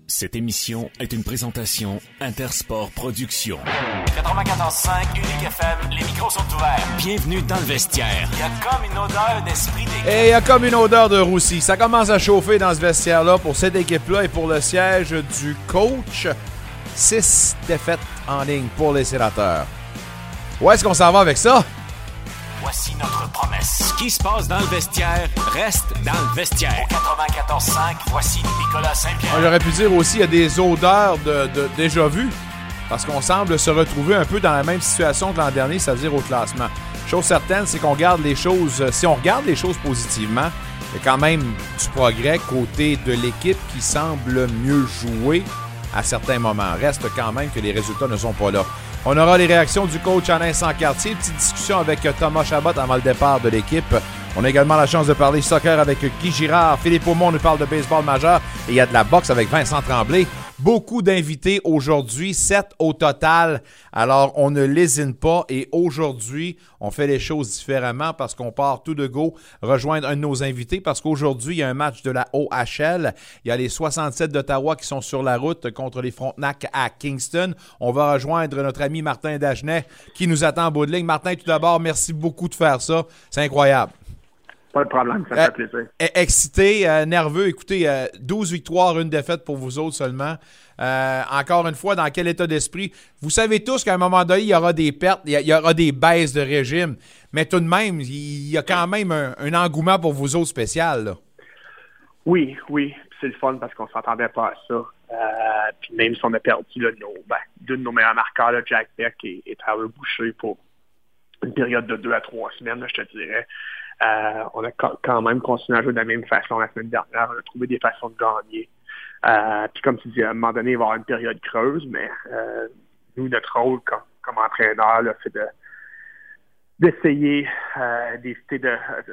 Cette émission est une présentation Intersport Productions. 94.5 Unique FM, les micros sont ouverts. Bienvenue dans le vestiaire. Il y a comme une odeur d'esprit d'équipe. Et il y a comme une odeur de roussi. Ça commence à chauffer dans ce vestiaire-là pour cette équipe-là et pour le siège du coach. 6 défaites en ligne pour les Sénateurs. Où est-ce qu'on s'en va avec ça? Voici notre promesse. Ce qui se passe dans le vestiaire reste dans le vestiaire. Au 94.5, voici Nicolas Saint-Pierre. J'aurais pu dire aussi qu'il y a des odeurs de déjà vu, parce qu'on semble se retrouver un peu dans la même situation que l'an dernier, c'est-à-dire au classement. Chose certaine, c'est qu'on regarde les choses, si on regarde les choses positivement, il y a quand même du progrès côté de l'équipe qui semble mieux jouer à certains moments. Reste quand même que les résultats ne sont pas là. On aura les réactions du coach Alain Sancartier, petite discussion avec Thomas Chabot avant le départ de l'équipe. On a également la chance de parler soccer avec Guy Girard. Philippe Aumont nous parle de baseball majeur et il y a de la boxe avec Vincent Tremblay. Beaucoup d'invités aujourd'hui, 7 au total. Alors, on ne lésine pas et aujourd'hui, on fait les choses différemment parce qu'on part tout de go rejoindre un de nos invités parce qu'aujourd'hui, il y a un match de la OHL. Il y a les 67 d'Ottawa qui sont sur la route contre les Frontenac à Kingston. On va rejoindre notre ami Martin Dagenet qui nous attend en bout de ligne. Martin, tout d'abord, merci beaucoup de faire ça. C'est incroyable. Pas de problème, ça fait plaisir. Excité, nerveux. Écoutez, 12 victoires, 1 défaite pour vous autres seulement. Encore une fois, dans quel état d'esprit? Vous savez tous qu'à un moment donné, il y aura des pertes, il y aura des baisses de régime. Mais tout de même, il y a quand même un engouement pour vous autres spécial, là. Oui. C'est le fun parce qu'on s'attendait pas à ça. Puis même si on a perdu là, deux de nos meilleurs marqueurs, là, Jack Beck et Tyler Boucher, pour une période de 2 à 3 semaines, là, je te dirais. On a quand même continué à jouer de la même façon la semaine dernière. On a trouvé des façons de gagner. Puis comme tu dis, à un moment donné, il va y avoir une période creuse, mais nous, notre rôle comme entraîneur, là, c'est d'essayer d'éviter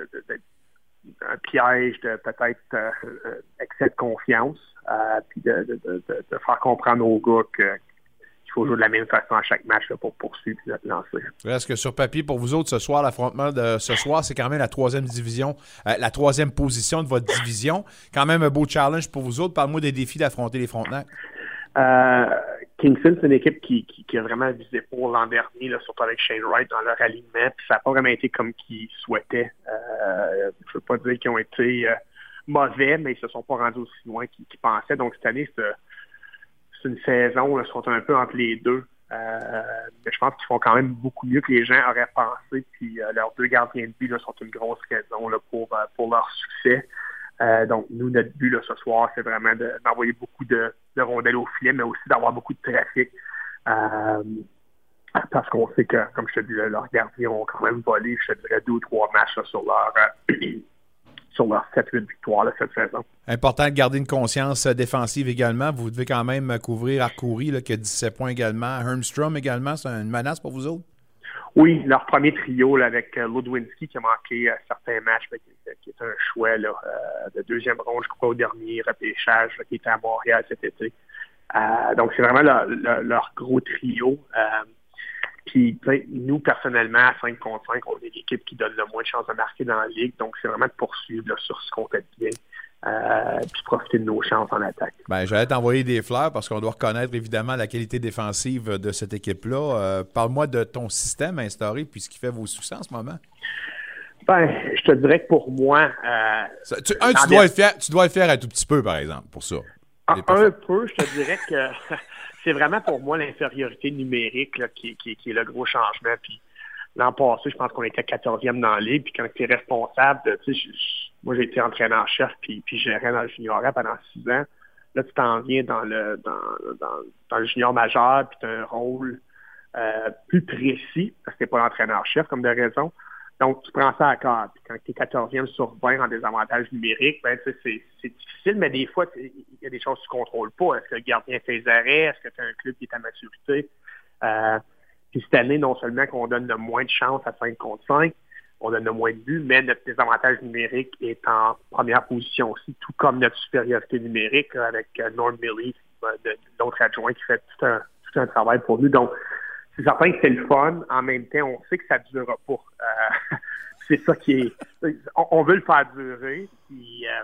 un piège de peut-être excès de confiance, puis de faire comprendre aux gars qu'il faut jouer de la même façon à chaque match là, pour poursuivre et se lancer. Est-ce que sur papier, pour vous autres, ce soir, l'affrontement de ce soir, c'est quand même la 3e division, la 3e position de votre division. Quand même un beau challenge pour vous autres. Parle-moi des défis d'affronter les Frontenac. Kingston, c'est une équipe qui a vraiment visé pour l'an dernier, là, surtout avec Shane Wright dans leur alignement. Puis ça n'a pas vraiment été comme qu'ils souhaitaient. Je ne veux pas dire qu'ils ont été mauvais, mais ils ne se sont pas rendus aussi loin qu'ils pensaient. Donc cette année, c'est une saison, ils sont un peu entre les deux. Mais je pense qu'ils font quand même beaucoup mieux que les gens auraient pensé. Puis leurs 2 gardiens de but là, sont une grosse raison là, pour leur succès. Donc, nous, notre but là, ce soir, c'est vraiment d'envoyer beaucoup de rondelles au filet, mais aussi d'avoir beaucoup de trafic. Parce qu'on sait que, comme je te dis, leurs gardiens ont quand même volé, je te dirais, 2 ou 3 matchs là, sur leurs 7-8 victoires là, cette saison. Important de garder une conscience défensive également. Vous devez quand même couvrir Arcuri, là, qui a 17 points également. Hermstrom également, c'est une menace pour vous autres? Oui, leur premier trio là, avec Ludwinski qui a manqué certains matchs, qui est un choix là, de 2e ronde, je crois, au dernier repêchage là, qui était à Montréal cet été. Donc, c'est vraiment leur gros trio. Puis, nous, personnellement, à 5 contre 5, on est l'équipe qui donne le moins de chances de marquer dans la ligue. Donc, c'est vraiment de poursuivre là, sur ce qu'on fait bien. Puis profiter de nos chances en attaque. J'allais t'envoyer des fleurs parce qu'on doit reconnaître évidemment la qualité défensive de cette équipe-là. Parle-moi de ton système instauré puis ce qui fait vos succès en ce moment. Je te dirais que pour moi... tu dois être fier un tout petit peu, par exemple, pour ça. Un peu, je te dirais que c'est vraiment pour moi l'infériorité numérique là, qui est le gros changement. Puis l'an passé, je pense qu'on était 14e dans la ligue. Puis quand tu es responsable, moi j'ai été entraîneur-chef puis gérais dans le juniorat pendant 6 ans. Là, tu t'en viens dans le junior majeur, puis tu as un rôle plus précis, parce que tu n'es pas l'entraîneur-chef, comme de raison. Donc, tu prends ça à cœur. Puis quand tu es 14e sur 20 en désavantage numérique, c'est difficile, mais des fois, il y a des choses que tu ne contrôles pas. Est-ce que le gardien fait les arrêts? Est-ce que tu as un club qui est à maturité? Puis cette année, non seulement qu'on donne le moins de chances à 5 contre 5, on donne le moins de buts, mais notre désavantage numérique est en première position aussi, tout comme notre supériorité numérique là, avec Norm Milley, l'autre adjoint qui fait tout un travail pour nous. Donc, c'est certain que c'est le fun. En même temps, on sait que ça ne durera pas. C'est ça qui est... On veut le faire durer. Puis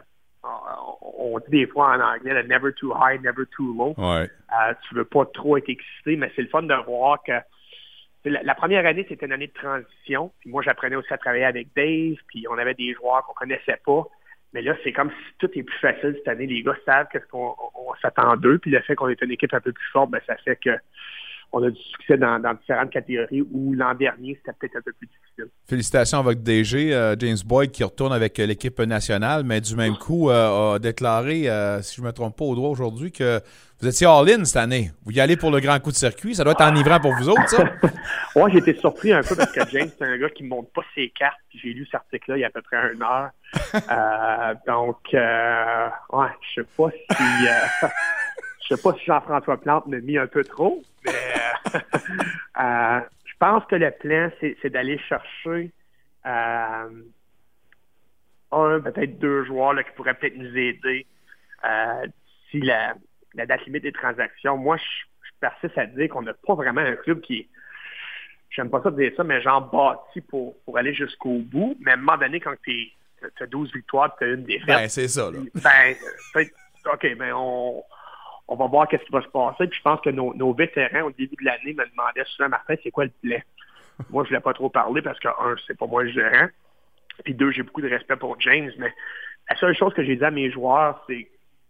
on dit des fois en anglais, le never too high, never too low. Ouais. Tu veux pas trop être excité, mais c'est le fun de voir que la première année, c'était une année de transition. Puis moi, j'apprenais aussi à travailler avec Dave, puis on avait des joueurs qu'on connaissait pas. Mais là, c'est comme si tout est plus facile cette année. Les gars savent qu'est-ce qu'on s'attend d'eux. Puis le fait qu'on est une équipe un peu plus forte, ben, ça fait que on a du succès dans différentes catégories où l'an dernier, c'était peut-être un peu plus difficile. Félicitations à votre DG, James Boyd, qui retourne avec l'équipe nationale, mais du même coup a déclaré, si je ne me trompe pas au droit aujourd'hui, que vous étiez all-in cette année. Vous y allez pour le grand coup de circuit. Ça doit être enivrant pour vous autres, ça? Ouais, j'ai été surpris un peu parce que James, c'est un gars qui ne montre pas ses cartes. J'ai lu cet article-là il y a à peu près 1 heure. Ouais, je sais pas si... Je sais pas si Jean-François Plante m'a mis un peu trop, mais je pense que le plan, c'est d'aller chercher peut-être 2 joueurs là, qui pourraient peut-être nous aider si la date limite des transactions. Moi, je persiste à dire qu'on n'a pas vraiment un club qui est, j'aime pas ça de dire ça, mais genre bâti pour aller jusqu'au bout. Mais à un moment donné, quand tu as 12 victoires, tu as une défaite. Ben, c'est ça, là. OK, ben on va voir qu'est-ce qui va se passer. Puis je pense que nos vétérans, au début de l'année, me demandaient souvent, Martin, c'est quoi le plan? Moi, je voulais pas trop parler parce que, 1, c'est pas moi le gérant. Puis 2, j'ai beaucoup de respect pour James. Mais la seule chose que j'ai dit à mes joueurs, c'est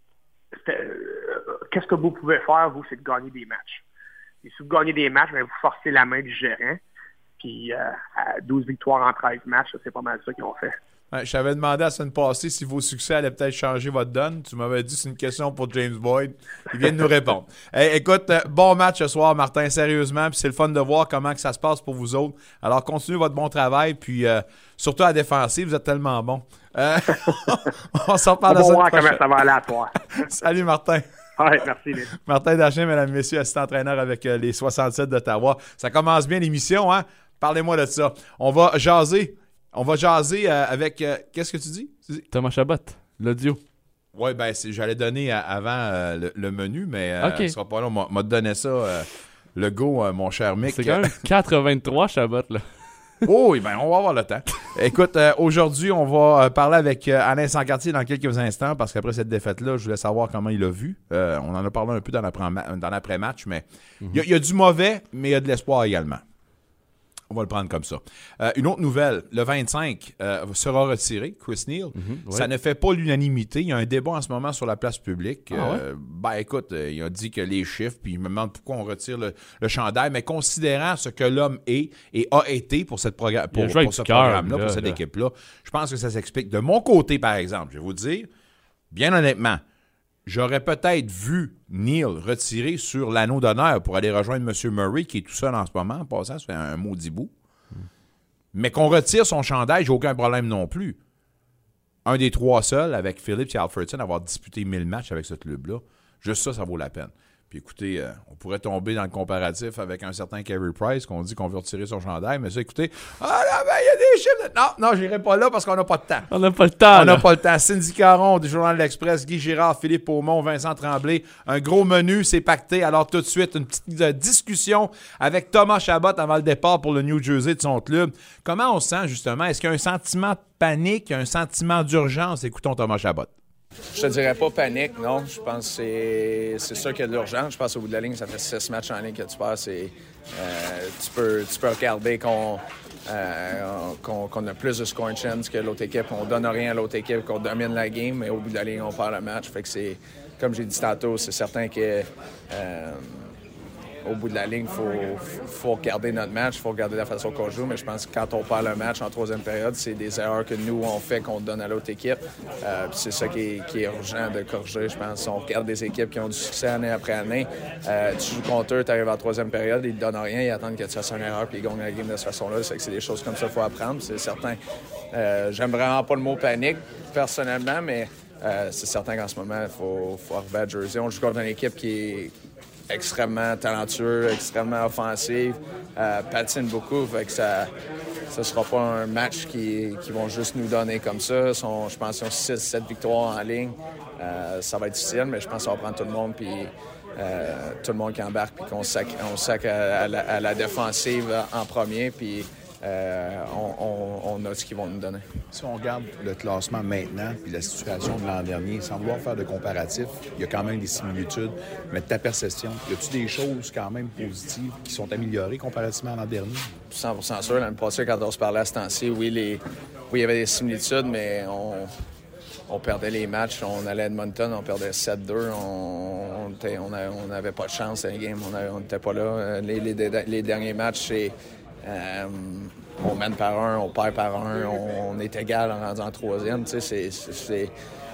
qu'est-ce que vous pouvez faire, vous, c'est de gagner des matchs. Et si vous gagnez des matchs, ben, vous forcez la main du gérant. Puis à 12 victoires en 13 matchs, c'est pas mal ça qu'ils ont fait. Ouais, je t'avais demandé la semaine passée si vos succès allaient peut-être changer votre donne. Tu m'avais dit que c'est une question pour James Boyd. Il vient de nous répondre. Hey, écoute, bon match ce soir, Martin, sérieusement. Puis c'est le fun de voir comment que ça se passe pour vous autres. Alors, continuez votre bon travail. Puis surtout à la défensive, vous êtes tellement bons. On s'en reparle la semaine prochaine. Comment ça va aller à toi. Salut, Martin. Ouais, merci, Nick. Martin Dachin, mesdames et messieurs, assistant-entraîneur avec les 67 d'Ottawa. Ça commence bien l'émission, hein? Parlez-moi de ça. On va jaser avec... qu'est-ce que tu dis? Thomas Chabot, l'audio. Oui, ben j'allais donner avant le menu, mais okay. Ce sera pas là. On m'a donné ça, le go, mon cher Mick. C'est quand même 4,23 Chabot, là. Oh, oui, ben on va avoir le temps. Écoute, aujourd'hui, on va parler avec Alain Sancartier dans quelques instants, parce qu'après cette défaite-là, je voulais savoir comment il a vu. On en a parlé un peu dans l'après-match, mais il y a du mauvais, mais il y a de l'espoir également. On va le prendre comme ça. Une autre nouvelle, le 25 sera retiré, Chris Neil. Ça ne fait pas l'unanimité. Il y a un débat en ce moment sur la place publique. Ben écoute, il a dit que les chiffres, puis il me demande pourquoi on retire le chandail, mais considérant ce que l'homme est et a été pour ce programme-là, pour cette équipe-là, je pense que ça s'explique. De mon côté, par exemple, je vais vous dire, bien honnêtement, j'aurais peut-être vu Neil retirer sur l'anneau d'honneur pour aller rejoindre M. Murray, qui est tout seul en ce moment. En passant, ça fait un maudit bout. Mais qu'on retire son chandail, j'ai aucun problème non plus. Un des 3 seuls, avec Phillips et Alfredson, avoir disputé 1000 matchs avec ce club-là. Juste ça vaut la peine. Puis écoutez, on pourrait tomber dans le comparatif avec un certain Carey Price, qu'on dit qu'on veut retirer son chandail, mais ça, écoutez, il y a des chiffres. Non, j'irai pas là parce qu'on n'a pas de temps. On n'a pas le temps. On n'a pas le temps. Cindy Caron du Journal de l'Express, Guy Girard, Philippe Aumont, Vincent Tremblay. Un gros menu, c'est pacté. Alors tout de suite, une petite discussion avec Thomas Chabot avant le départ pour le New Jersey de son club. Comment on se sent, justement? Est-ce qu'il y a un sentiment de panique, un sentiment d'urgence? Écoutons Thomas Chabot. Je te dirais pas panique, non. Je pense que c'est sûr qu'il y a de l'urgence. Je pense qu'au bout de la ligne, ça fait 6 matchs en ligne que tu passes et tu peux regarder qu'on a plus de scoring chance que l'autre équipe. On donne rien à l'autre équipe, qu'on domine la game, mais au bout de la ligne, on perd le match. Fait que c'est, comme j'ai dit tantôt, c'est certain que au bout de la ligne, il faut regarder notre match, il faut regarder la façon qu'on joue, mais je pense que quand on perd le match en 3e période, c'est des erreurs que nous, on fait, qu'on donne à l'autre équipe. C'est ça qui est urgent de corriger, je pense. On regarde des équipes qui ont du succès année après année. Tu joues contre eux, tu arrives en 3e période, ils ne te donnent rien, ils attendent que tu fasses une erreur puis ils gagnent la game de cette façon-là. C'est des choses comme ça qu'il faut apprendre, c'est certain. J'aime vraiment pas le mot panique, personnellement, mais c'est certain qu'en ce moment, il faut arriver à Jersey. On joue contre une équipe qui est extrêmement talentueux, extrêmement offensive, patine beaucoup, fait que ça sera pas un match qui vont juste nous donner comme ça. Je pense qu'ils ont 6-7 victoires en ligne. Ça va être difficile, mais je pense qu'on va prendre tout le monde, puis tout le monde qui embarque, puis qu'on sac à la défensive en premier, puis on a ce qu'ils vont nous donner. Si on regarde le classement maintenant puis la situation de l'an dernier, sans vouloir faire de comparatif, il y a quand même des similitudes. Mais de ta perception, y a-tu des choses quand même positives qui sont améliorées comparativement à l'an dernier? 100% sûr. L'année passée, quand on se parlait à ce temps-ci, oui, il y avait des similitudes, mais on perdait les matchs. On allait à Edmonton, on perdait 7-2. On n'avait pas de chance dans les games. On n'était pas là. Les derniers matchs, c'est... on mène par un, on perd par un, on est égal en rendant en troisième. Tu sais,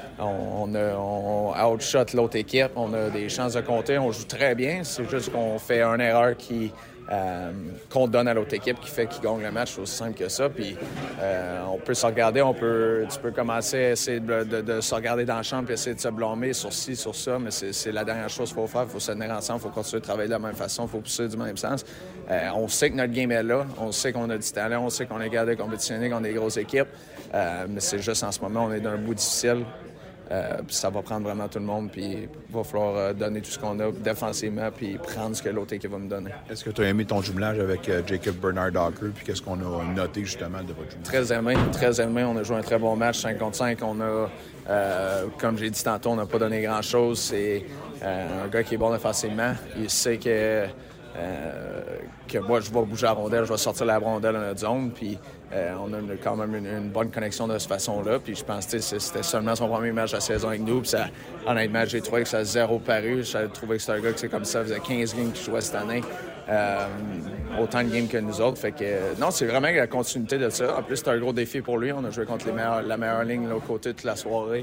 on outshot l'autre équipe, on a des chances de compter, on joue très bien. C'est juste qu'on fait une erreur qu'on donne à l'autre équipe qui fait qu'il gagne le match. C'est aussi simple que ça. Puis on peut se regarder, tu peux commencer à essayer de se regarder dans la chambre et essayer de se blâmer sur ci, sur ça, mais c'est la dernière chose qu'il faut faire. Il faut se tenir ensemble, il faut continuer de travailler de la même façon, il faut pousser du même sens. On sait que notre game est là, on sait qu'on a du talent, on sait qu'on est capable de compétitionner contre des grosses équipes, mais c'est juste en ce moment, on est dans un bout difficile. Puis ça va prendre vraiment tout le monde, puis il va falloir donner tout ce qu'on a défensivement, puis prendre ce que l'autre équipe va nous donner. Est-ce que tu as aimé ton jumelage avec Jacob Bernard-Docker, puis qu'est-ce qu'on a noté justement de votre jumelage? Très aimé. On a joué un très bon match, 5 contre 5. On a, comme j'ai dit tantôt, on n'a pas donné grand-chose. C'est un gars qui est bon défensivement. Il sait que moi, je vais bouger la rondelle, je vais sortir la rondelle dans notre zone, puis on a quand même une bonne connexion de cette façon-là. Puis je pense que c'était seulement son premier match de la saison avec nous. Puis ça, honnêtement, j'ai trouvé que ça a zéro paru. J'ai trouvé que c'était un gars qui, comme ça, faisait 15 games qu'il jouait cette année. Autant de games que nous autres. Fait que non, c'est vraiment la continuité de ça. En plus, c'était un gros défi pour lui. On a joué contre la meilleure ligne de l'autre côté toute la soirée.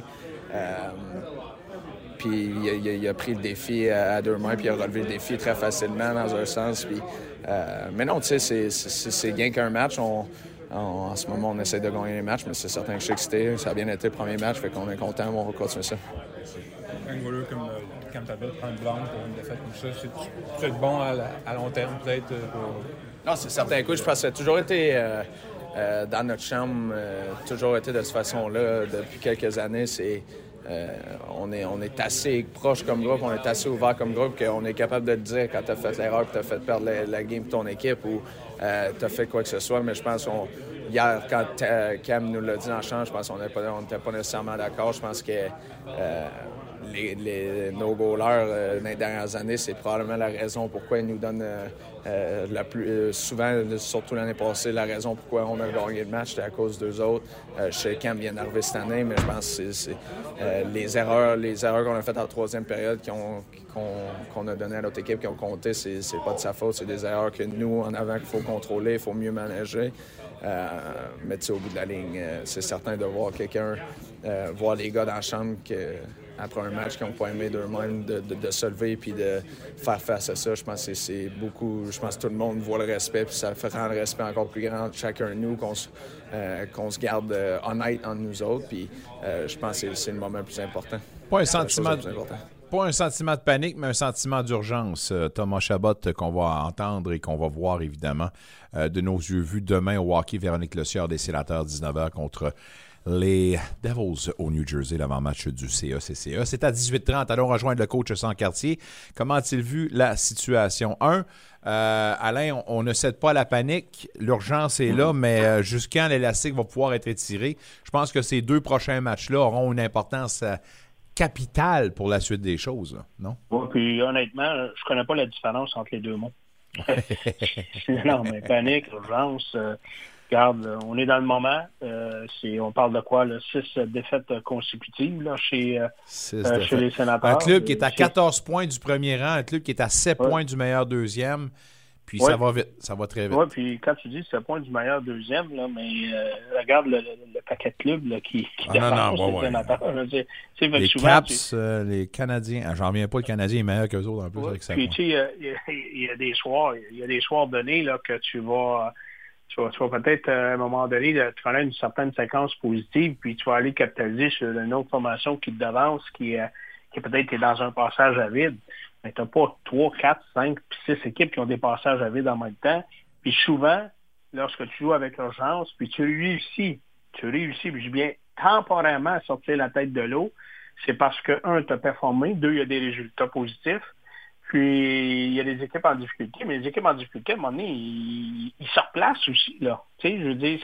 Puis il a pris le défi à deux mains, puis il a relevé le défi très facilement dans un sens. Puis, mais non, tu sais, c'est bien qu'un match. En ce moment, on essaie de gagner les matchs, mais c'est certain que je suis excité. Ça a bien été le premier match, fait qu'on est content, on va continuer ça. Un goaler comme Cam Talbot prendre le blanc pour une défaite comme ça, c'est bon à long terme, peut-être? Non, c'est certain. Écoute, je pense que ça a toujours été dans notre chambre, toujours été de cette façon-là depuis quelques années. On est assez proche comme groupe, on est assez ouvert comme groupe qu'on est capable de te dire quand tu as fait l'erreur, que tu as fait perdre la game de ton équipe ou tu as fait quoi que ce soit. Mais je pense hier, quand Cam nous l'a dit dans le champ, je pense qu'on n'était pas nécessairement d'accord. Je pense que nos goalers dans les dernières années, c'est probablement la raison pourquoi ils nous donnent souvent, surtout l'année passée, la raison pourquoi on a gagné le match, c'était à cause d'eux autres. Je sais que Cam vient d'arriver cette année, mais je pense que c'est les erreurs qu'on a faites en troisième période qu'on a données à notre équipe qui ont compté, c'est pas de sa faute, c'est des erreurs que nous, en avant, qu'il faut contrôler, il faut mieux manager. Mais tu sais, au bout de la ligne, c'est certain de voir quelqu'un, voir les gars dans la chambre après un match qui n'ont pas aimé d'eux-mêmes, de se lever et de faire face à ça. Je pense que c'est beaucoup. Je pense que tout le monde voit le respect, puis ça fait rendre le respect encore plus grand de chacun de nous, qu'on se garde honnête entre nous autres. Puis je pense que c'est le moment le plus important. Pas un sentiment de panique, mais un sentiment d'urgence. Thomas Chabot, qu'on va entendre et qu'on va voir, évidemment, de nos yeux vus demain au hockey. Véronique Lecieur des Sénateurs, 19h, contre les Devils au New Jersey, l'avant-match du CA-CCA. C'est à 18h30. Allons rejoindre le coach Sancartier. Comment a-t-il vu la situation? Alain, on ne cède pas à la panique. L'urgence est là, mais jusqu'à quand l'élastique va pouvoir être étiré? Je pense que ces 2 prochains matchs-là auront une importance capitale pour la suite des choses, là, non? Oui, puis honnêtement, je connais pas la différence entre les deux mots. Non, mais panique, urgence... Regarde, on est dans le moment. On parle de quoi? 6 défaites consécutives là, chez les Sénateurs. Un club qui est à 14 points du premier rang, un club qui est à 7 points du meilleur deuxième. Puis ça va vite, ça va très vite. Oui, puis quand tu dis 7 points du meilleur deuxième, là, mais regarde le paquet de clubs là, qui défendent les Sénateurs. Les souvent, Caps, les Canadiens. J'en reviens pas, le Canadien est meilleur qu'eux autres en plus. Avec puis tu sais, il y a des soirs donnés là, que tu vas peut-être, à un moment donné, tu connais une certaine séquence positive, puis tu vas aller capitaliser sur une autre formation qui te devance, qui peut-être est dans un passage à vide. Mais tu n'as pas 3, 4, 5, puis 6 équipes qui ont des passages à vide en même temps. Puis souvent, lorsque tu joues avec l'urgence, puis tu réussis, puis je dis bien temporairement à sortir la tête de l'eau, c'est parce que, 1, tu as performé, 2, il y a des résultats positifs. Puis, il y a des équipes en difficulté, mais les équipes en difficulté, à un moment donné, ils se replacent aussi, là. Tu sais, je veux dire,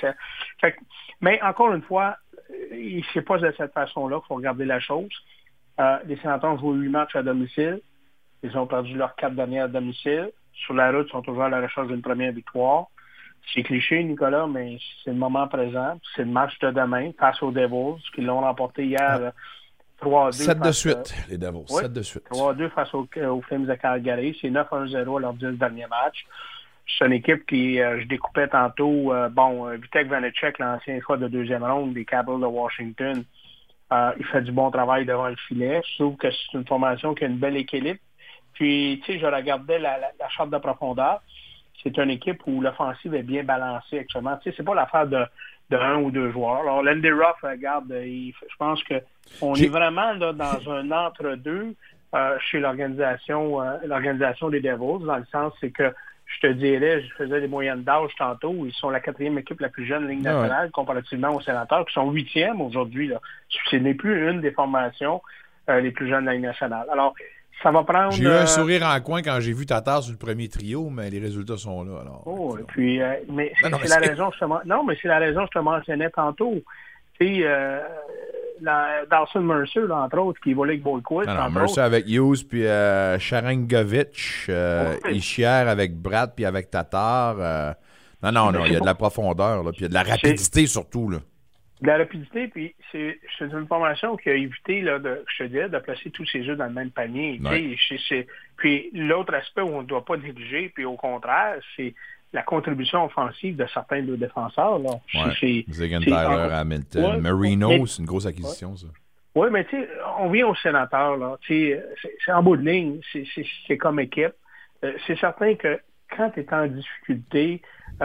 mais encore une fois, c'est pas de cette façon-là qu'il faut regarder la chose. Les Sénateurs ont joué 8 matchs à domicile. Ils ont perdu leurs 4 dernières à domicile. Sur la route, ils sont toujours à la recherche d'une première victoire. C'est cliché, Nicolas, mais c'est le moment présent. C'est le match de demain face aux Devils, qui l'ont remporté hier 3-2. 7 de suite, les Devils. 7 de suite. 3-2 face aux Flames de Calgary. C'est 9-1-0 à leurs 10 derniers matchs. C'est une équipe qui, je découpais tantôt, Vitek Vanecek, l'ancien choix de deuxième ronde des Capitals de Washington, il fait du bon travail devant le filet. Je trouve que c'est une formation qui a une belle équilibre. Puis, tu sais, je regardais la charte de profondeur. C'est une équipe où l'offensive est bien balancée actuellement. Tu sais, c'est pas l'affaire de un ou deux joueurs. Alors, Lindy Ruff, regarde, je pense qu'on est vraiment là, dans un entre-deux chez l'organisation des Devils, dans le sens, c'est que je te dirais, je faisais des moyennes d'âge tantôt, ils sont la 4e équipe la plus jeune Ligue nationale comparativement aux Sénateurs, qui sont 8e aujourd'hui. Là. Ce n'est plus une des formations les plus jeunes de la Ligue nationale. Alors, ça va prendre... J'ai eu un sourire en coin quand j'ai vu Tatar sur le premier trio, mais les résultats sont là. Alors, et puis, mais c'est la raison mais c'est la raison que je te mentionnais tantôt. Tu sais, Dawson Mercer, là, entre autres, qui volait avec Boyquist. Mercer avec Hughes, puis Sharangovich, Ischier avec Brad, puis avec Tatar. Non, il y a de la profondeur, là, puis il y a de la rapidité surtout, là. De la rapidité, puis c'est une formation qui a évité, là, je te dirais, de placer tous ses œufs dans le même panier. Ouais. Puis l'autre aspect où on ne doit pas négliger, puis au contraire, c'est la contribution offensive de certains de défenseurs. Zegan Tyler, Hamilton, Marino, c'est une grosse acquisition, ça. Oui, mais tu sais, on vient au sénateur, là. C'est en bout de ligne, c'est comme équipe. C'est certain que quand tu es en difficulté,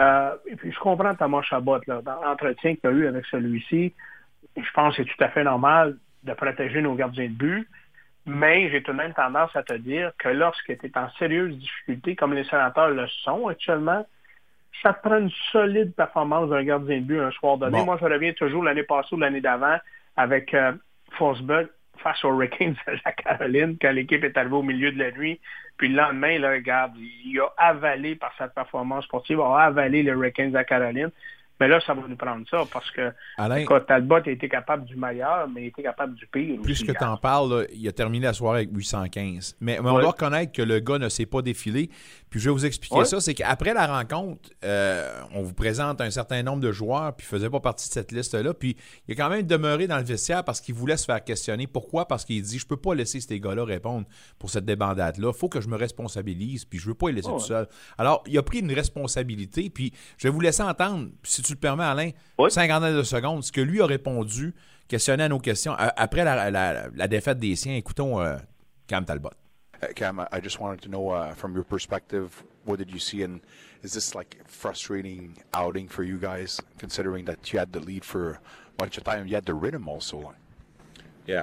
et puis je comprends Thomas Chabot, là, dans l'entretien que tu as eu avec celui-ci, je pense que c'est tout à fait normal de protéger nos gardiens de but, mais j'ai tout de même tendance à te dire que lorsque tu es en sérieuse difficulté, comme les Sénateurs le sont actuellement, ça te prend une solide performance d'un gardien de but un soir donné. Bon. Moi, je reviens toujours l'année passée ou l'année d'avant avec Forsberg face aux Hurricanes de la Caroline, quand l'équipe est arrivée au milieu de la nuit. Puis le lendemain, là, regarde, il a avalé par sa performance sportive, a avalé les Hurricanes de la Caroline. Mais là, ça va nous prendre ça parce que Alain, Talbot a été capable du meilleur, mais il a été capable du pire. Plus que tu en parles, là, il a terminé la soirée avec 815. Mais on doit reconnaître que le gars ne s'est pas défilé. Puis je vais vous expliquer ça. C'est qu'après la rencontre, on vous présente un certain nombre de joueurs, puis il ne faisait pas partie de cette liste-là. Puis il a quand même demeuré dans le vestiaire parce qu'il voulait se faire questionner. Pourquoi? Parce qu'il dit, je ne peux pas laisser ces gars-là répondre pour cette débandade-là. Il faut que je me responsabilise, puis je ne veux pas les laisser tout seul. Alors, il a pris une responsabilité, puis je vais vous laisser entendre, si tu le permets, Alain, 50 de secondes, ce que lui a répondu, questionner à nos questions après la défaite des siens. Écoutons Cam Talbot. Cam, I just wanted to know from your perspective, what did you see, and is this like a frustrating outing for you guys, considering that you had the lead for a bunch of time, you had the rhythm also? Yeah,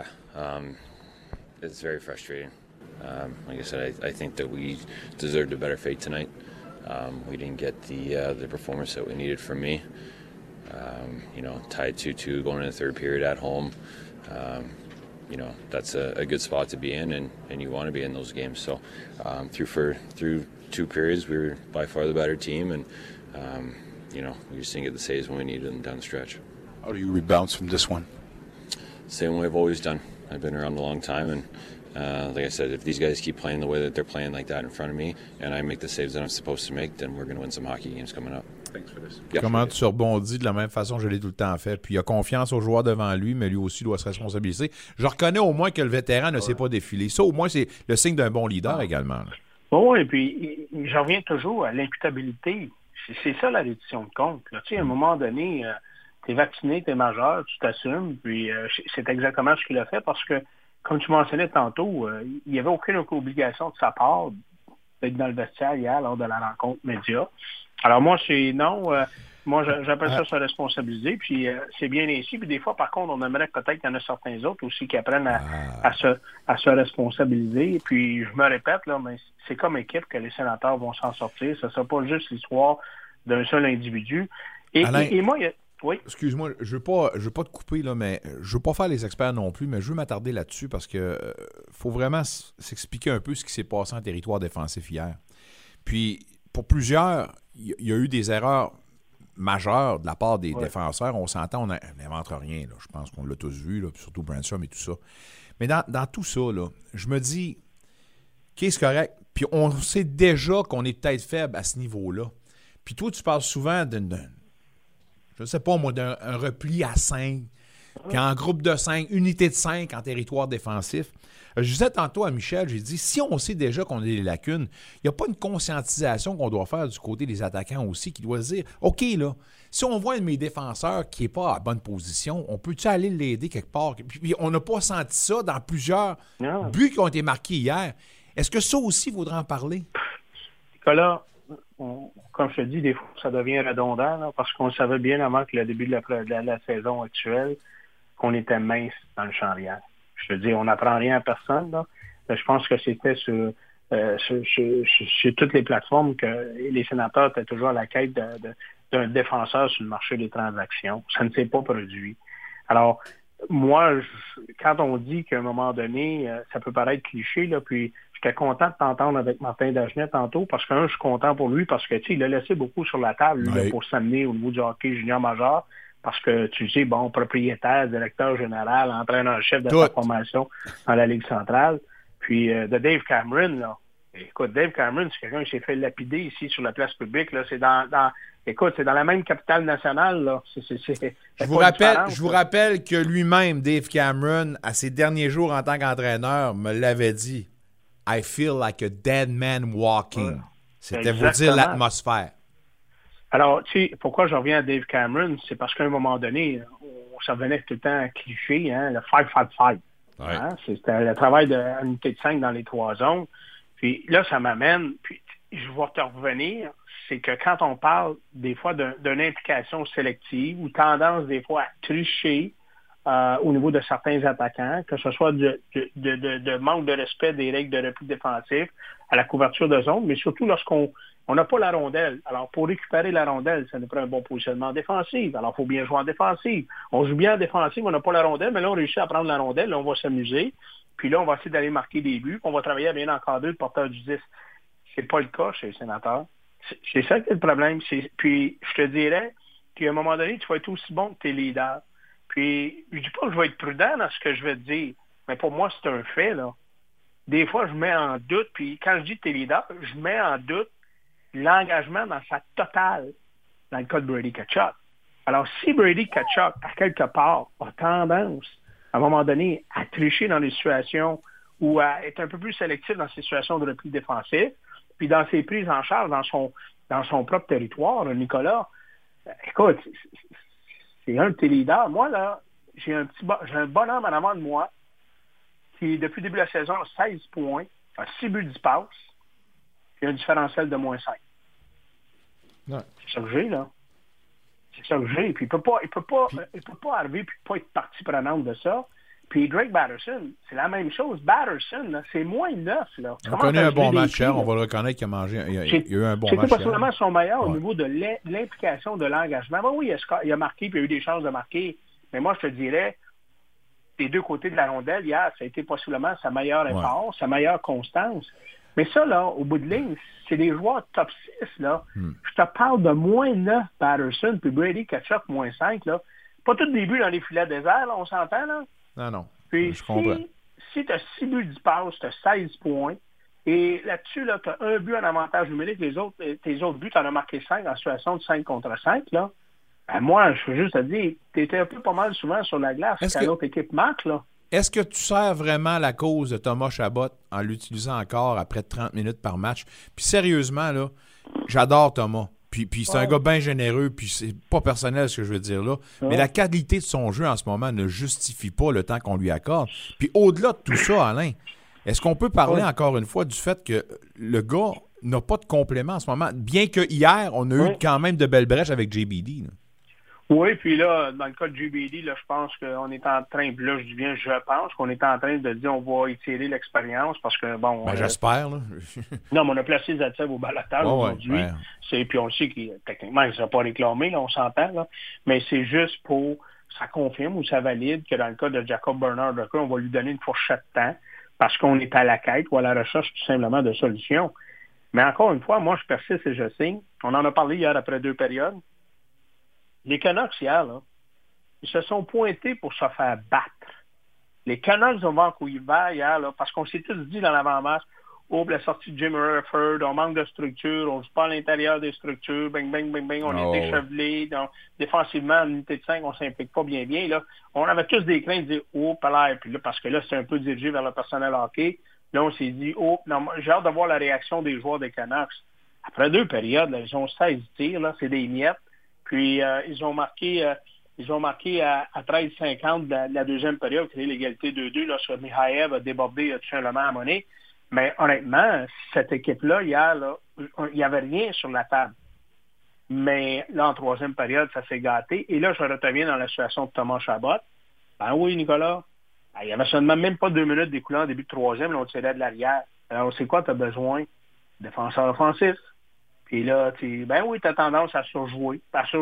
it's very frustrating. Like I said, I think that we deserved a better fate tonight. We didn't get the performance that we needed from me. Tied 2-2 going into the third period at home. That's a good spot to be in, and you want to be in those games. So through 2 periods, we were by far the better team, and we just didn't get the saves when we needed them down the stretch. How do you rebound from this one? Same way I've always done. I've been around a long time, and like I said, if these guys keep playing the way that they're playing like that in front of me, and I make the saves that I'm supposed to make, then we're going to win some hockey games coming up. Thanks for this. Comment tu rebondis de la même façon que je l'ai tout le temps fait. Puis il a confiance aux joueurs devant lui, mais lui aussi doit se responsabiliser. Je reconnais au moins que le vétéran ne s'est pas défilé. Ça, au moins, c'est le signe d'un bon leader également. Oui, et puis j'en reviens toujours à l'imputabilité. C'est ça la reddition de compte. Tu sais, à un moment donné, tu es vacciné, tu es majeur, tu t'assumes, puis c'est exactement ce qu'il a fait parce que, comme tu mentionnais tantôt, il n'y avait aucune obligation de sa part d'être dans le vestiaire hier lors de la rencontre média. Alors moi, moi j'appelle ça se responsabiliser, puis c'est bien ainsi. Puis des fois, par contre, on aimerait peut-être qu'il y en a certains autres aussi qui apprennent à se responsabiliser. Puis je me répète, là, mais c'est comme équipe que les Sénateurs vont s'en sortir. Ce ne sera pas juste l'histoire d'un seul individu. Et moi, Oui. Excuse-moi, je veux pas te couper, là, mais je veux pas faire les experts non plus, mais je veux m'attarder là-dessus parce que faut vraiment s'expliquer un peu ce qui s'est passé en territoire défensif hier. Puis, pour plusieurs, il y a eu des erreurs majeures de la part des défenseurs. On s'entend, on n'invente rien. Là. Je pense qu'on l'a tous vu, là, surtout Brandstrom et tout ça. Mais dans tout ça, là, je me dis, OK, c'est correct. Puis on sait déjà qu'on est peut-être faible à ce niveau-là. Puis toi, tu parles souvent je ne sais pas moi, d'un repli à 5, puis en groupe de 5, unité de 5 en territoire défensif. Je disais tantôt à Michel, j'ai dit, si on sait déjà qu'on a des lacunes, il n'y a pas une conscientisation qu'on doit faire du côté des attaquants aussi, qui doit se dire, OK, là, si on voit un de mes défenseurs qui n'est pas à bonne position, on peut-tu aller l'aider quelque part? Puis on n'a pas senti ça dans plusieurs buts qui ont été marqués hier. Est-ce que ça aussi vaudrait en parler? Nicolas, comme je te dis, des fois, ça devient redondant, là, parce qu'on savait bien avant que le début de la saison actuelle, qu'on était mince dans le champ arrière. Je te dis, on n'apprend rien à personne. Là. Je pense que c'était sur toutes les plateformes que les sénateurs étaient toujours à la quête d'un défenseur sur le marché des transactions. Ça ne s'est pas produit. Alors, moi, quand on dit qu'à un moment donné, ça peut paraître cliché, là, puis j'étais content de t'entendre avec Martin Dagenet tantôt, parce que je suis content pour lui, parce que il a laissé beaucoup sur la table lui, là, pour s'amener au niveau du hockey junior majeur, parce que tu sais, bon, propriétaire, directeur général, entraîneur-chef de sa formation dans la Ligue centrale. Puis de Dave Cameron, là. Écoute, Dave Cameron, c'est quelqu'un qui s'est fait lapider ici sur la place publique. Là. C'est dans la même capitale nationale. Là. Je vous rappelle que lui-même, Dave Cameron, à ses derniers jours en tant qu'entraîneur, me l'avait dit. I feel like a dead man walking. Ouais. C'était vous dire l'atmosphère. Alors, tu sais, pourquoi je reviens à Dave Cameron? C'est parce qu'à un moment donné, ça venait tout le temps un cliché, hein, le 5-5-5. Ouais. Hein? C'était le travail d'unité de 5 dans les 3 zones. Puis là, ça m'amène, puis je vais te revenir, c'est que quand on parle des fois d'une implication sélective ou tendance des fois à tricher au niveau de certains attaquants, que ce soit de manque de respect des règles de repli défensif à la couverture de zone, mais surtout lorsqu'on n'a pas la rondelle. Alors, pour récupérer la rondelle, ça nous prend un bon positionnement défensif. Alors, il faut bien jouer en défensive. On joue bien en défensive, on n'a pas la rondelle, mais là, on réussit à prendre la rondelle, là, on va s'amuser. Puis là, on va essayer d'aller marquer des buts. On va travailler à bien encadrer le porteur du 10. C'est pas le cas chez les sénateurs. C'est ça qui est le problème. Puis, je te dirais qu'à un moment donné, tu vas être aussi bon que tes leaders. Puis, je dis pas que je vais être prudent dans ce que je vais te dire, mais pour moi, c'est un fait, là. Des fois, je mets en doute, puis quand je dis tes leaders, je mets en doute l'engagement dans sa totale dans le cas de Brady Tkachuk. Alors, si Brady Tkachuk, à quelque part, a tendance à un moment donné, à tricher dans des situations ou à être un peu plus sélectif dans ces situations de repli défensif, puis dans ses prises en charge dans son propre territoire, Nicolas, écoute, c'est un de tes leaders. Moi, là, j'ai un bonhomme en avant de moi qui, depuis le début de la saison, a 16 points, a 6 buts 10 passes, puis un différentiel de -5. Ouais. C'est ça que j'ai, là. C'est ça que j'ai. Puis il peut pas arriver puis pas être partie prenante de ça. Puis Drake Batterson, c'est la même chose. Batterson, là, c'est -9. Là. On connaît un bon match, on va le reconnaître qu'il a mangé. Il y a eu un bon match. C'était possiblement son meilleur au niveau de l'implication de l'engagement. Ben oui, il a marqué puis il a eu des chances de marquer. Mais moi, je te dirais, des deux côtés de la rondelle, hier, ça a été possiblement sa meilleure effort, sa meilleure constance. Mais ça, là, au bout de ligne, c'est des joueurs top 6, là. Je te parle de -9 Patterson, puis Brady Tkachuk, -5, là. Pas tous des buts dans les filets déserts, là, on s'entend, là? Non. Puis je comprends. Si tu as 6 buts 10 passes, tu as 16 points, et là-dessus, là, tu as un but en avantage numérique, tes autres buts, tu en as marqué 5 en situation de 5 contre 5, là. Ben moi, je veux juste te dire, tu étais un peu pas mal souvent sur la glace quand l'autre équipe marque, là. Est-ce que tu sers vraiment la cause de Thomas Chabot en l'utilisant encore après 30 minutes par match? Puis sérieusement, là, j'adore Thomas. Puis c'est un gars bien généreux, puis c'est pas personnel ce que je veux dire là. Mais la qualité de son jeu en ce moment ne justifie pas le temps qu'on lui accorde. Puis au-delà de tout ça, Alain, est-ce qu'on peut parler encore une fois du fait que le gars n'a pas de complément en ce moment? Bien que hier, on a eu quand même de belles brèches avec JBD. Là. Oui, puis là, dans le cas de JBD, là, je pense qu'on est en train, puis là, je pense qu'on est en train de dire on va étirer l'expérience parce que, bon... j'espère, là. Non, mais on a placé Zaitsev au balotage aujourd'hui. Ouais. Puis on le sait qu'il, techniquement, il ne sera pas réclamé, là, on s'entend, là. Mais c'est juste pour... Ça confirme ou ça valide que dans le cas de Jacob Bernard, on va lui donner une fourchette de temps parce qu'on est à la quête ou à la recherche tout simplement de solutions. Mais encore une fois, moi, je persiste et je signe. On en a parlé hier après 2 périodes. Les Canucks, hier, là, ils se sont pointés pour se faire battre. Les Canucks de Vancouver, hier, là, parce qu'on s'est tous dit dans l'avant-match, la sortie de Jim Rutherford, on manque de structure, on ne joue pas à l'intérieur des structures, bang, bang, bang, bang, on est échevelé. Donc, défensivement, en unité de 5, on ne s'implique pas bien. Là, on avait tous des craintes de dire, puis là, parce que là, c'est un peu dirigé vers le personnel hockey. Là, on s'est dit, non, j'ai hâte de voir la réaction des joueurs des Canucks. Après 2 périodes, là, ils ont 16 tirs, là, c'est des miettes. Puis, ils ont marqué à 13h50 de la deuxième période, créé l'égalité 2-2, lorsque Mikheyev a débordé tout simplement à Money. Mais honnêtement, cette équipe-là, hier, là, il n'y avait rien sur la table. Mais là, en 3e période, ça s'est gâté. Et là, je reviens dans la situation de Thomas Chabot. Ben oui, Nicolas. Il n'y avait seulement même pas 2 minutes d'écoulant en début de 3e, là, on tirait de l'arrière. Alors, c'est quoi tu as besoin? Défenseur offensif. Puis là, tu as tendance à surjouer.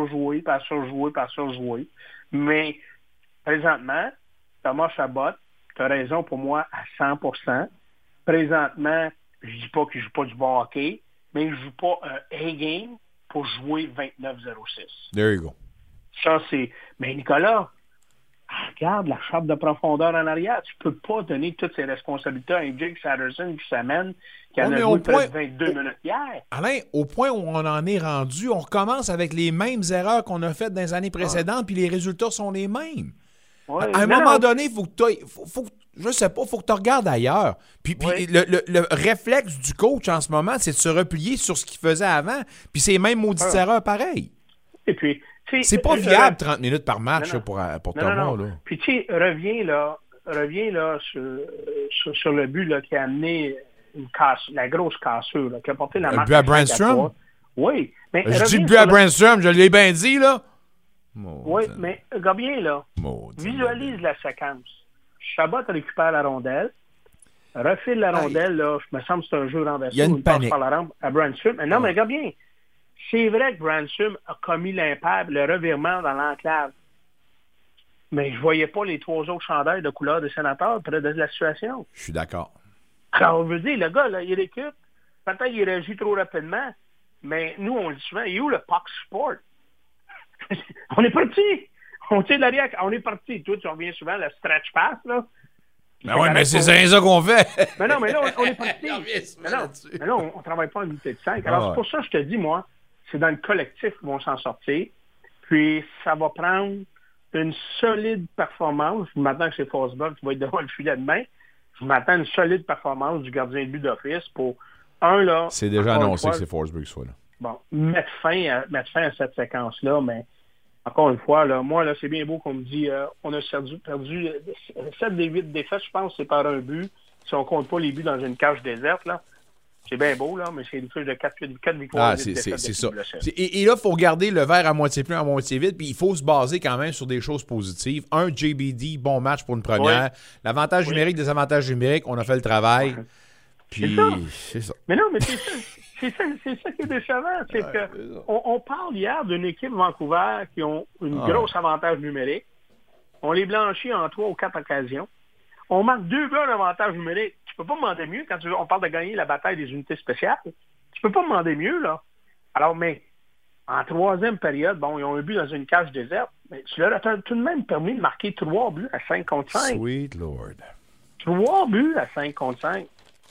Mais, présentement, Thomas Chabot, tu as raison pour moi à 100%. Présentement, je dis pas qu'il joue pas du bon hockey, mais il joue pas un A-game pour jouer 29-06. There you go. Ça, c'est... Mais Nicolas, regarde la chape de profondeur en arrière. Tu peux pas donner toutes ces responsabilités à un Jake Sanderson qui s'amène, qui en a joué près de 22 minutes hier. Alain, au point où on en est rendu, on recommence avec les mêmes erreurs qu'on a faites dans les années précédentes, puis les résultats sont les mêmes. Ouais, à un moment donné, il faut que je sais pas, il faut que tu regardes ailleurs. Puis le réflexe du coach en ce moment, c'est de se replier sur ce qu'il faisait avant. Puis c'est même maudites erreurs pareil. Et puis, c'est pas viable 30 minutes par match pour Thomas. Là. Puis tu sais, reviens là sur le but là, qui a amené la grosse cassure, là, qui a porté la marque. Le but à Brandstrom? Oui. Mais je dis le but à Brandstrom, je l'ai bien dit, là. Oui, mais regarde bien, là. Visualise la séquence. Chabot récupère la rondelle, refile la rondelle, là, je me semble que c'est un jeu renversé. Il y a une panique. Par la rampe à Brandstrom. Mais non, mais regarde bien. C'est vrai que Brandstrom a commis l'impact, le revirement dans l'enclave. Mais je voyais pas les 3 autres chandails de couleur des sénateurs près de la situation. Je suis d'accord. Alors, on veut dire, le gars, là, il récupère. Peut-être qu'il réagit trop rapidement, mais nous, on le dit souvent, il est où le puck sport? On est parti! On tire de l'arrière, on est parti. Toi, tu reviens souvent, le stretch pass, là. Ben oui, mais c'est ça qu'on fait. Mais non, mais là, on est parti. Mais là, on ne travaille pas en unité de 5. Alors, c'est pour ça que je te dis, moi, c'est dans le collectif qu'ils vont s'en sortir. Puis, ça va prendre une solide performance. Je m'attends que c'est Forsberg qui va être devant le filet demain. Je m'attends à une solide performance du gardien de but d'office pour, là... C'est déjà annoncé que c'est Forsberg qui soit là. Bon, mettre fin à cette séquence-là, mais encore une fois, là, moi, là, c'est bien beau qu'on me dit on a perdu 7 des 8 défaites, je pense, c'est par un but. Si on compte pas les buts dans une cage déserte, là. C'est bien beau, là, mais c'est une fiche de 4 victoires. C'est ça. Et là, il faut garder le verre à moitié plein, à moitié vide, puis il faut se baser quand même sur des choses positives. Un, JBD, bon match pour une première. Oui. L'avantage numérique, désavantage numérique, on a fait le travail. Puis, c'est ça. Mais non, mais c'est ça. C'est ça qui est décevant. C'est que on parle hier d'une équipe Vancouver qui ont une grosse avantage numérique. On les blanchit en 3 ou 4 occasions. On marque 2 buts d'avantage numérique. Tu peux pas demander mieux quand on parle de gagner la bataille des unités spéciales. Tu peux pas demander mieux, là. Alors, mais en 3e période, bon, ils ont un but dans une cage déserte. Mais tu leur as tout de même permis de marquer 3 buts à 5 contre 5. Sweet Lord. 3 buts à 5 contre 5.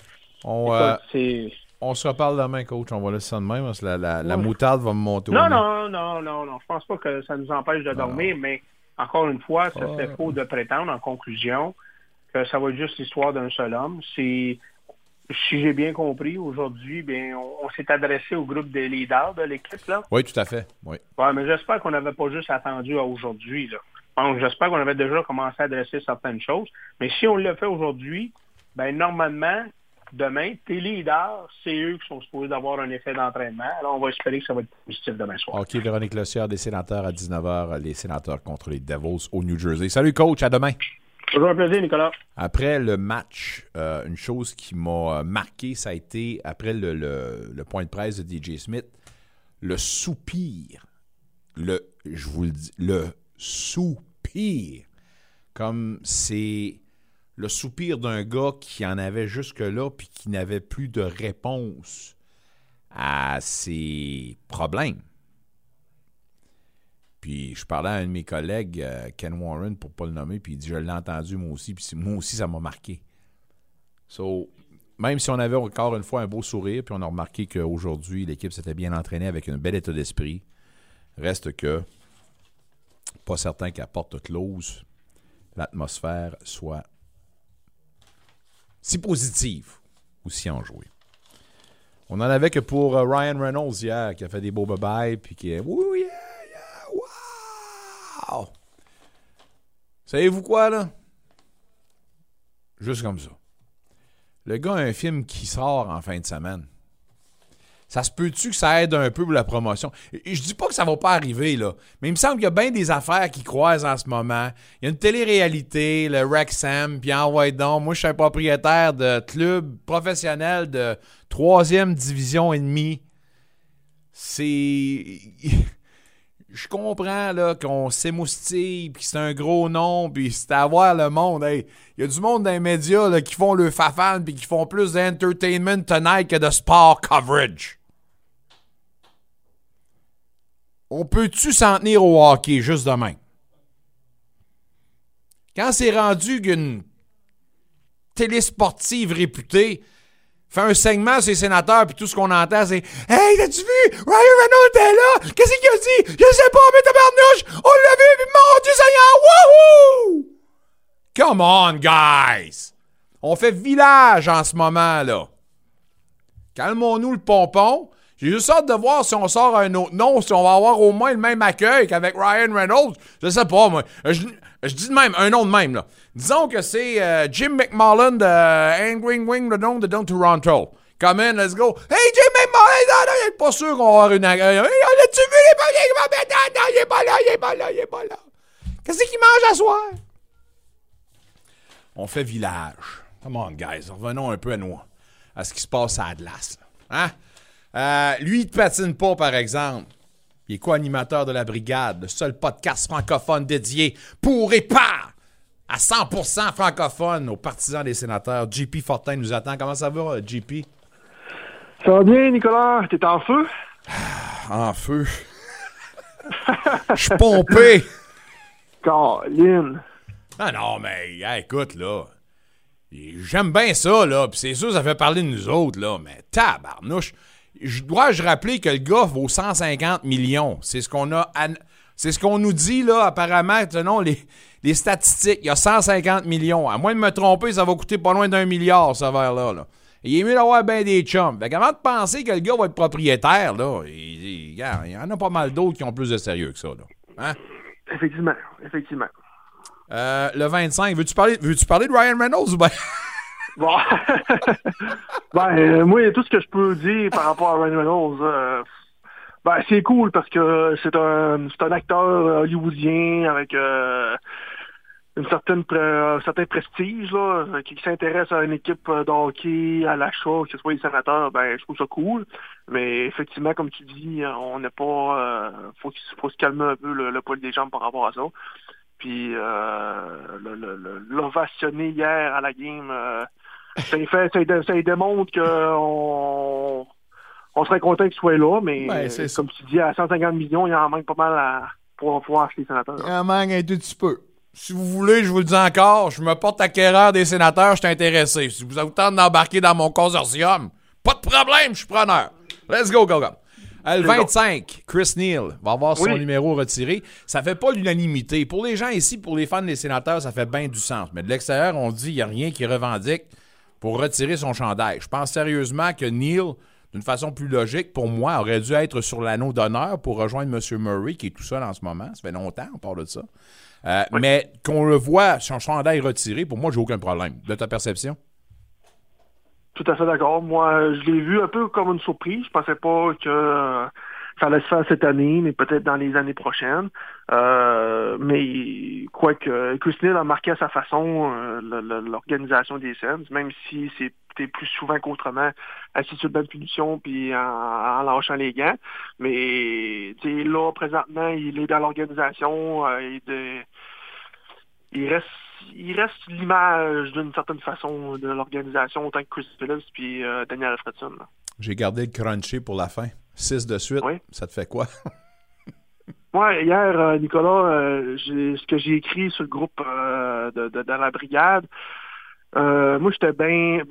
On se reparle demain, coach. On va laisser ça de même parce que la moutarde va me monter au nez. Non. Je pense pas que ça nous empêche de dormir, mais encore une fois, ça serait faux de prétendre, en conclusion, que ça va être juste l'histoire d'un seul homme. Si j'ai bien compris, aujourd'hui, bien, on s'est adressé au groupe des leaders de l'équipe, là. Oui, tout à fait. Oui. Ouais, mais j'espère qu'on n'avait pas juste attendu à aujourd'hui, là. Donc, j'espère qu'on avait déjà commencé à adresser certaines choses. Mais si on l'a fait aujourd'hui, ben normalement, demain, tes leaders, c'est eux qui sont supposés avoir un effet d'entraînement. Alors, on va espérer que ça va être positif demain soir. OK, Véronique Lecière des Sénateurs à 19h, les Sénateurs contre les Devils au New Jersey. Salut, coach, à demain. Toujours un plaisir, Nicolas. Après le match, une chose qui m'a marqué, ça a été, après le point de presse de DJ Smith, le soupir. Je vous le dis, le soupir. Comme c'est le soupir d'un gars qui en avait jusque-là puis qui n'avait plus de réponse à ses problèmes. Puis je parlais à un de mes collègues, Ken Warren, pour ne pas le nommer, puis il dit « Je l'ai entendu moi aussi, puis moi aussi, ça m'a marqué. » So, même si on avait encore une fois un beau sourire, puis on a remarqué qu'aujourd'hui, l'équipe s'était bien entraînée avec un bel état d'esprit, reste que pas certain qu'à porte close, l'atmosphère soit si positive ou si enjouée. On en avait que pour Ryan Reynolds hier, qui a fait des beaux bye-bye, puis qui est « Oui, yeah! Wow! » Savez-vous quoi, là? Juste comme ça. Le gars a un film qui sort en fin de semaine. Ça se peut-tu que ça aide un peu pour la promotion? Je dis pas que ça va pas arriver, là. Mais il me semble qu'il y a bien des affaires qui croisent en ce moment. Il y a une télé-réalité, le Wrexham, puis envoie donc. Moi, je suis un propriétaire de club professionnel de 3e division et demie. C'est... Je comprends là, qu'on s'émoustille, puis que c'est un gros nom, puis c'est à voir le monde. Hey, y a du monde dans les médias là, qui font le fafan, puis qui font plus d'entertainment tonight que de sport coverage. On peut-tu s'en tenir au hockey juste demain? Quand c'est rendu qu'une télé sportive réputée fait un segment sur les Sénateurs, puis tout ce qu'on entend, c'est « Hey, t'as-tu vu? Ryan Reynolds est là! Qu'est-ce qu'il a dit? Je sais pas, mais tabarnouche! On l'a vu, puis mon Dieu Seigneur! Wouhou! Come on, guys! On fait village en ce moment, là. Calmons-nous le pompon. J'ai juste hâte de voir si on sort un autre nom, si on va avoir au moins le même accueil qu'avec Ryan Reynolds. Je sais pas, moi. Je dis de même, un nom de même, là. Disons que c'est Jim McMullen de Angry Wing, le nom de Toronto. Come in, let's go. Hey, Jim McMullen, non, il est pas sûr qu'on va avoir une... Hey, on a-tu vu les papiers qui vont mettre? Non, il est pas là, il est pas là, il est pas là. Qu'est-ce qu'il mange à soir? On fait village. Come on, guys, revenons un peu à ce qui se passe à Atlas. Hein? Lui, il te patine pas, par exemple. Il est co-animateur de La Brigade, le seul podcast francophone dédié pour et par à 100% francophone aux partisans des Sénateurs. JP Fortin nous attend. Comment ça va, JP? Ça va bien, Nicolas? T'es en feu? En feu. Je suis pompé. Colin. Ah non, mais écoute, là. J'aime bien ça, là. Puis c'est sûr, ça fait parler de nous autres, là. Mais tabarnouche. Dois-je rappeler que le gars vaut 150 millions? C'est ce qu'on a... C'est ce qu'on nous dit, là, apparemment, selon les statistiques. Il y a 150 millions. À moins de me tromper, ça va coûter pas loin d'1 milliard, ce verre-là. Là. Il est mieux d'avoir bien des chums. Fait qu'avant de penser que le gars va être propriétaire, là, il y en a pas mal d'autres qui ont plus de sérieux que ça, là. Hein? Effectivement. Le 25, veux-tu parler de Ryan Reynolds ou bien... Bon. Moi, tout ce que je peux dire par rapport à Ryan Reynolds, c'est cool parce que c'est un acteur hollywoodien avec un certain prestige là, qui s'intéresse à une équipe de hockey, à l'achat, que ce soit les Sénateurs, je trouve ça cool. Mais effectivement, comme tu dis, on n'est pas... faut se calmer un peu le poil des jambes par rapport à ça. Puis l'ovationner hier à la game... ça démontre qu'on serait content qu'il soit là, mais comme tu dis, à 150 millions, il en manque pas mal pour pouvoir acheter les Sénateurs. Il en manque un tout petit peu. Si vous voulez, je vous le dis encore, je me porte acquéreur des Sénateurs, je suis intéressé. Si vous avez le temps d'embarquer dans mon consortium, pas de problème, je suis preneur. Let's go. Le 25, Chris Neal va avoir son numéro retiré. Ça fait pas l'unanimité. Pour les gens ici, pour les fans des Sénateurs, ça fait bien du sens. Mais de l'extérieur, on dit qu'il n'y a rien qui revendique pour retirer son chandail. Je pense sérieusement que Neal, d'une façon plus logique, pour moi, aurait dû être sur l'anneau d'honneur pour rejoindre M. Murray, qui est tout seul en ce moment. Ça fait longtemps, on parle de ça. Mais qu'on le voit, son chandail retiré, pour moi, j'ai aucun problème. De ta perception? tout à fait d'accord. Moi, je l'ai vu un peu comme une surprise. Je pensais pas que ça allait se faire cette année, mais peut-être dans les années prochaines. Mais quoique Chris Neil a marqué à sa façon l'organisation des Sens, même si c'était plus souvent qu'autrement assis sur le banc de punition puis en lâchant les gants. Mais là, présentement, il est dans l'organisation. Il reste l'image d'une certaine façon de l'organisation, autant que Chris Phillips puis Daniel Alfredson. J'ai gardé le crunché pour la fin. 6 de suite, oui. Ça te fait quoi? Ouais, hier, Nicolas, ce que j'ai écrit sur le groupe dans la brigade, moi, j'étais bien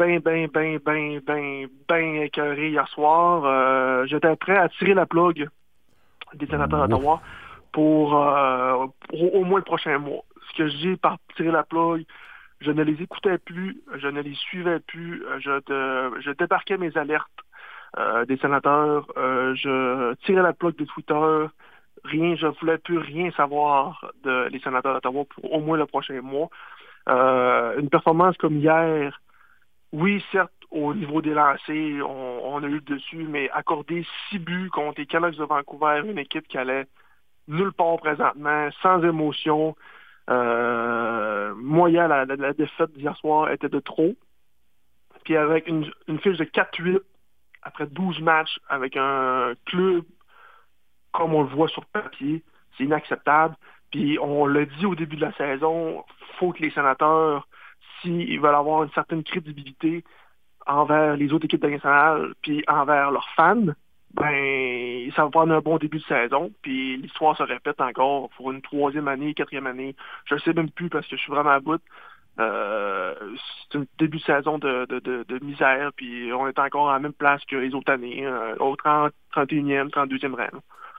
écœuré hier soir. J'étais prêt à tirer la plug des sénateurs d'Ottawa pour au moins le prochain mois. Ce que j'ai par tirer la plug, je ne les écoutais plus, je ne les suivais plus, je débarquais mes alertes des sénateurs, je tirais la plug de Twitter, je voulais plus rien savoir des sénateurs d'Ottawa pour au moins le prochain mois. Une performance comme hier, oui, certes, au niveau des lancers, on a eu le dessus, mais accorder 6 buts contre les Canucks de Vancouver, une équipe qui allait nulle part présentement, sans émotion. Moi, hier, la défaite d'hier soir était de trop. Puis avec une fiche de 4-8 après 12 matchs, avec un club comme on le voit sur papier, c'est inacceptable. Puis on l'a dit au début de la saison, faut que les sénateurs, s'ils veulent avoir une certaine crédibilité envers les autres équipes de nationale, puis envers leurs fans, ben ça va prendre un bon début de saison. Puis l'histoire se répète encore pour une 3e année, 4e année. Je ne sais même plus parce que je suis vraiment à bout. C'est un début de saison de misère, puis on est encore à la même place que les autres années, au 31e, 32e rang.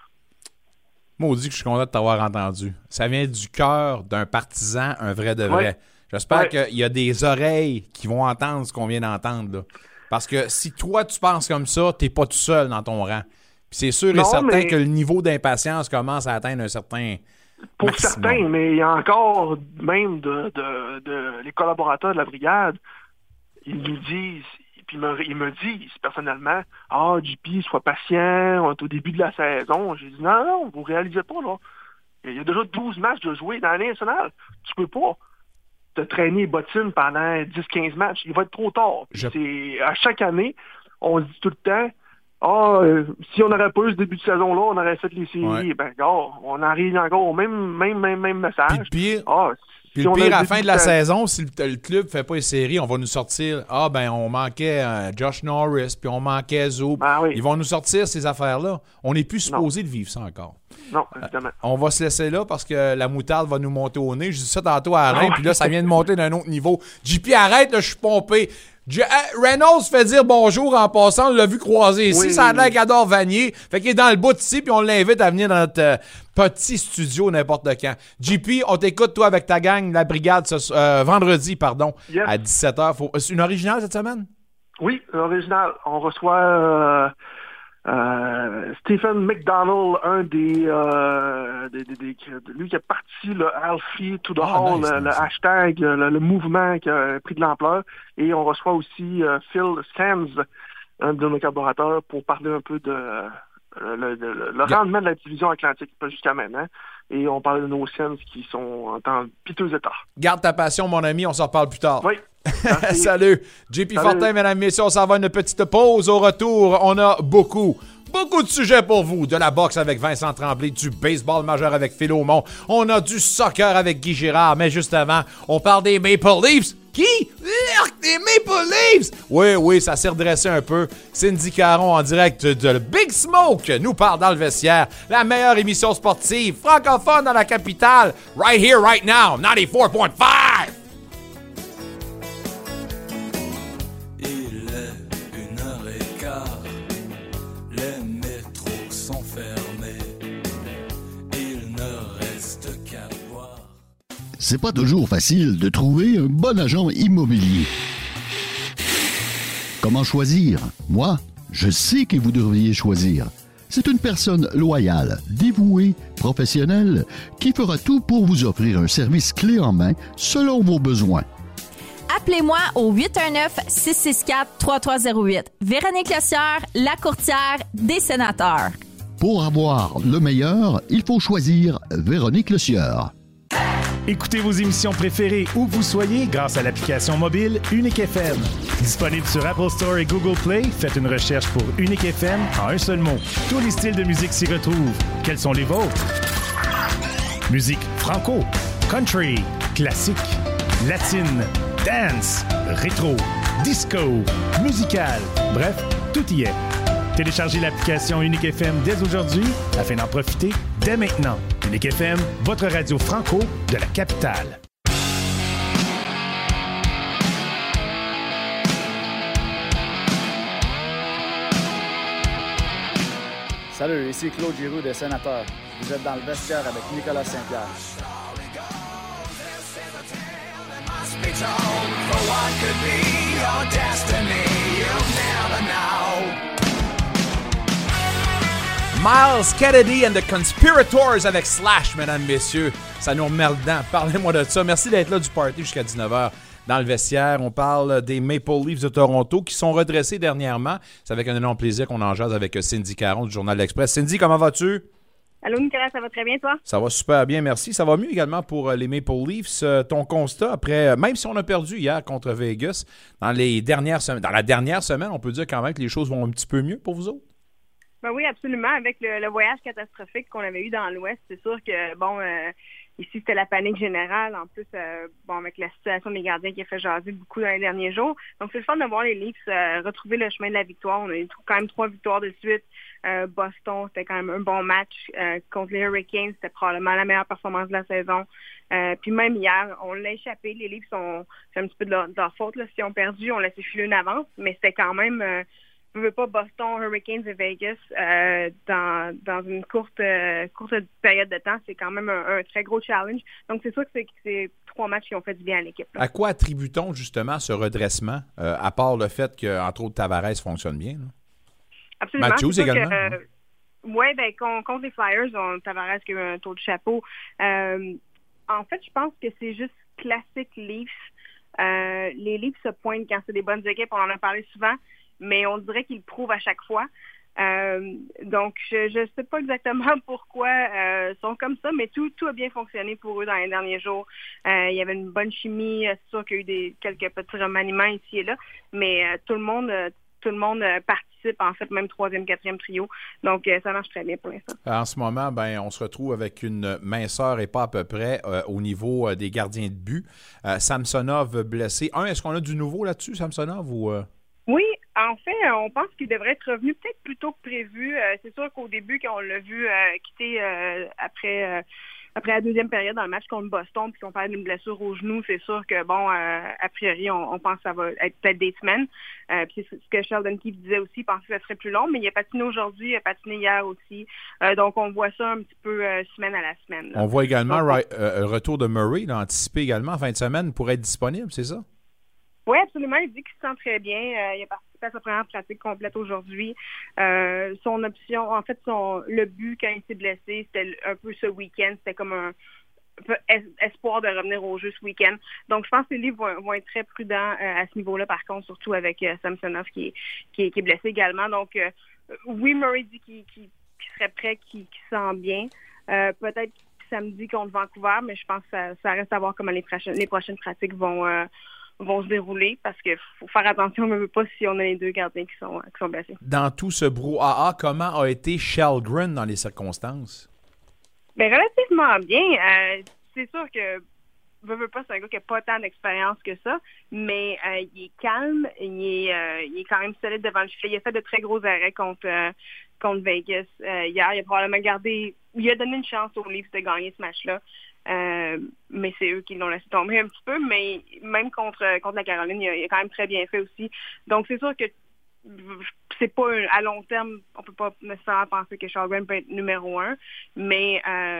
Maudit que je suis content de t'avoir entendu. Ça vient du cœur d'un partisan, un vrai de vrai. Ouais. J'espère qu'il y a des oreilles qui vont entendre ce qu'on vient d'entendre, là. Parce que si toi, tu penses comme ça, t'es pas tout seul dans ton rang. Puis c'est sûr et certain que le niveau d'impatience commence à atteindre un certain pour maximum. Certains, mais il y a encore même de les collaborateurs de la brigade, ils nous disent, puis ils me disent personnellement, JP, sois patient, on est au début de la saison. J'ai dit, non, vous réalisez pas, là. Il y a déjà 12 matchs de jouer dans l'année nationale. Tu peux pas te traîner les bottines pendant 10-15 matchs. Il va être trop tard. C'est, à chaque année, on se dit tout le temps, si on n'aurait pas eu ce début de saison-là, on aurait fait les séries. Ouais. Ben, on arrive encore au même message. Puis le pire, à la fin de la saison, si le club ne fait pas les séries, on va nous sortir, on manquait Josh Norris, puis on manquait Zoub. Oui. Ils vont nous sortir ces affaires-là. On n'est plus supposé de vivre ça encore. Non, évidemment. On va se laisser là parce que la moutarde va nous monter au nez. Je dis ça tantôt à Alain, puis là, ça vient de monter d'un autre niveau. JP, arrête, là, je suis pompé. Reynolds fait dire bonjour en passant, on l'a vu croiser ici, ça a l'air qu'il adore Vanier, fait qu'il est dans le bout ici, puis on l'invite à venir dans notre petit studio n'importe quand. JP, on t'écoute toi avec ta gang, la brigade, vendredi, à 17h. C'est une originale cette semaine? Oui, une originale. On reçoit Stephen McDonald, un lui qui a parti le Alfie to the Hall, le hashtag, le mouvement qui a pris de l'ampleur. Et on reçoit aussi Phil Sands, un de nos collaborateurs, pour parler un peu de le rendement de la division atlantique, pas jusqu'à maintenant. Et on parle de nos Sens qui sont en piteux état. Garde ta passion, mon ami, on s'en reparle plus tard. Oui. Salut. JP Fortin, mesdames et messieurs, on s'en va à une petite pause. Au retour, on a beaucoup de sujets pour vous. De la boxe avec Vincent Tremblay, du baseball majeur avec Phil Aumont. On a du soccer avec Guy Girard. Mais juste avant, on parle des Maple Leafs. Qui? Les Maple Leafs! Oui, ça s'est redressé un peu. Cindy Caron en direct de Big Smoke nous parle dans le vestiaire. La meilleure émission sportive francophone dans la capitale. Right here, right now, 94.5! C'est pas toujours facile de trouver un bon agent immobilier. Comment choisir? Moi, je sais que vous devriez choisir. C'est une personne loyale, dévouée, professionnelle, qui fera tout pour vous offrir un service clé en main selon vos besoins. appelez-moi au 819-664-3308. Véronique Lecieur, la courtière des sénateurs. Pour avoir le meilleur, il faut choisir Véronique Lecieur. Écoutez vos émissions préférées où que vous soyez grâce à l'application mobile Unique FM. Disponible sur Apple Store et Google Play, faites une recherche pour Unique FM en un seul mot. Tous les styles de musique s'y retrouvent. Quels sont les vôtres? Musique franco, country, classique, latine, dance, rétro, disco, musical, bref, tout y est. Téléchargez l'application Unique FM dès aujourd'hui afin d'en profiter dès maintenant. Unique FM, votre radio franco de la capitale. Salut, ici Claude Giroux des Sénateurs. Vous êtes dans le vestiaire avec Nicolas Saint-Pierre. Miles Kennedy and the Conspirators avec Slash, mesdames, messieurs. Ça nous remet dedans. Parlez-moi de ça. Merci d'être là du party jusqu'à 19h. Dans le vestiaire, on parle des Maple Leafs de Toronto qui sont redressés dernièrement. C'est avec un énorme plaisir qu'on en jase avec Cindy Caron du Journal de l'Express. Cindy, comment vas-tu? Allô, Nicolas, ça va très bien, toi? Ça va super bien, merci. Ça va mieux également pour les Maple Leafs. Ton constat après, même si on a perdu hier contre Vegas, dans la dernière semaine, on peut dire quand même que les choses vont un petit peu mieux pour vous autres? Ben oui, absolument. Avec le voyage catastrophique qu'on avait eu dans l'Ouest, c'est sûr que, ici, c'était la panique générale. En plus, avec la situation des gardiens qui a fait jaser beaucoup dans les derniers jours. Donc, c'est le fun de voir les Leafs retrouver le chemin de la victoire. On a eu quand même 3 victoires de suite. Boston, c'était quand même un bon match. Contre les Hurricanes, c'était probablement la meilleure performance de la saison. Puis même hier, on l'a échappé. Les Leafs c'est un petit peu de leur faute. Là. Si on perdu, on laissé filer une avance. Mais c'était quand même... je veux pas Boston, Hurricanes et Vegas dans une courte période de temps. C'est quand même un très gros challenge. Donc, c'est sûr que c'est 3 matchs qui ont fait du bien à l'équipe. Là. À quoi attribue-t-on justement ce redressement, à part le fait qu'entre autres, Tavares fonctionne bien? Là? Absolument. Matthews également? Oui, contre les Flyers, Tavares qui a eu un tour de chapeau. En fait, je pense que c'est juste classique Leafs. Les Leafs se pointent quand c'est des bonnes équipes. On en a parlé souvent. Mais on dirait qu'ils le prouvent à chaque fois. Donc, je ne sais pas exactement pourquoi ils sont comme ça, mais tout a bien fonctionné pour eux dans les derniers jours. Il y avait une bonne chimie. C'est sûr qu'il y a eu quelques petits remaniements ici et là, mais tout le monde participe, en fait, même 3e, 4e trio. Donc, ça marche très bien pour l'instant. En ce moment, on se retrouve avec une minceur et pas à peu près au niveau des gardiens de but. Samsonov blessé. Est-ce qu'on a du nouveau là-dessus, Samsonov, ou... Oui, en fait, on pense qu'il devrait être revenu peut-être plus tôt que prévu. C'est sûr qu'au début, quand on l'a vu quitter après la deuxième période dans le match contre Boston, puis qu'on parle d'une blessure au genou, c'est sûr que, a priori, on pense que ça va être peut-être des semaines. Puis c'est ce que Sheldon Keefe disait aussi, il pensait que ça serait plus long, mais il a patiné aujourd'hui, il a patiné hier aussi. Donc, on voit ça un petit peu semaine à la semaine. Là. On voit également le retour de Murray, là, anticipé également en fin de semaine pour être disponible, c'est ça? Oui, absolument. Il dit qu'il se sent très bien. Il a participé à sa première pratique complète aujourd'hui. Son option, en fait, le but quand il s'est blessé, c'était un peu ce week-end. C'était comme un peu espoir de revenir au jeu ce week-end. Donc, je pense que les Leafs vont être très prudents à ce niveau-là, par contre, surtout avec Samsonov qui est blessé également. Donc, oui, Murray dit qu'il serait prêt, qu'il se sent bien. Peut-être samedi contre Vancouver, mais je pense que ça reste à voir comment les prochaines pratiques vont se dérouler parce qu'il faut faire attention, on ne veut pas si on a les 2 gardiens qui sont blessés. Dans tout ce brouhaha, comment a été Källgren dans les circonstances? Relativement bien. C'est sûr que veut pas, c'est un gars qui n'a pas tant d'expérience que ça, mais il est calme, il est quand même solide devant le filet. Il a fait de très gros arrêts contre Vegas hier. Il a probablement il a donné une chance aux Leafs de gagner ce match-là. Mais c'est eux qui l'ont laissé tomber un petit peu, mais même contre la Caroline, il a quand même très bien fait aussi. Donc c'est sûr que c'est pas à long terme, on peut pas nécessairement penser que Källgren peut être numéro 1, mais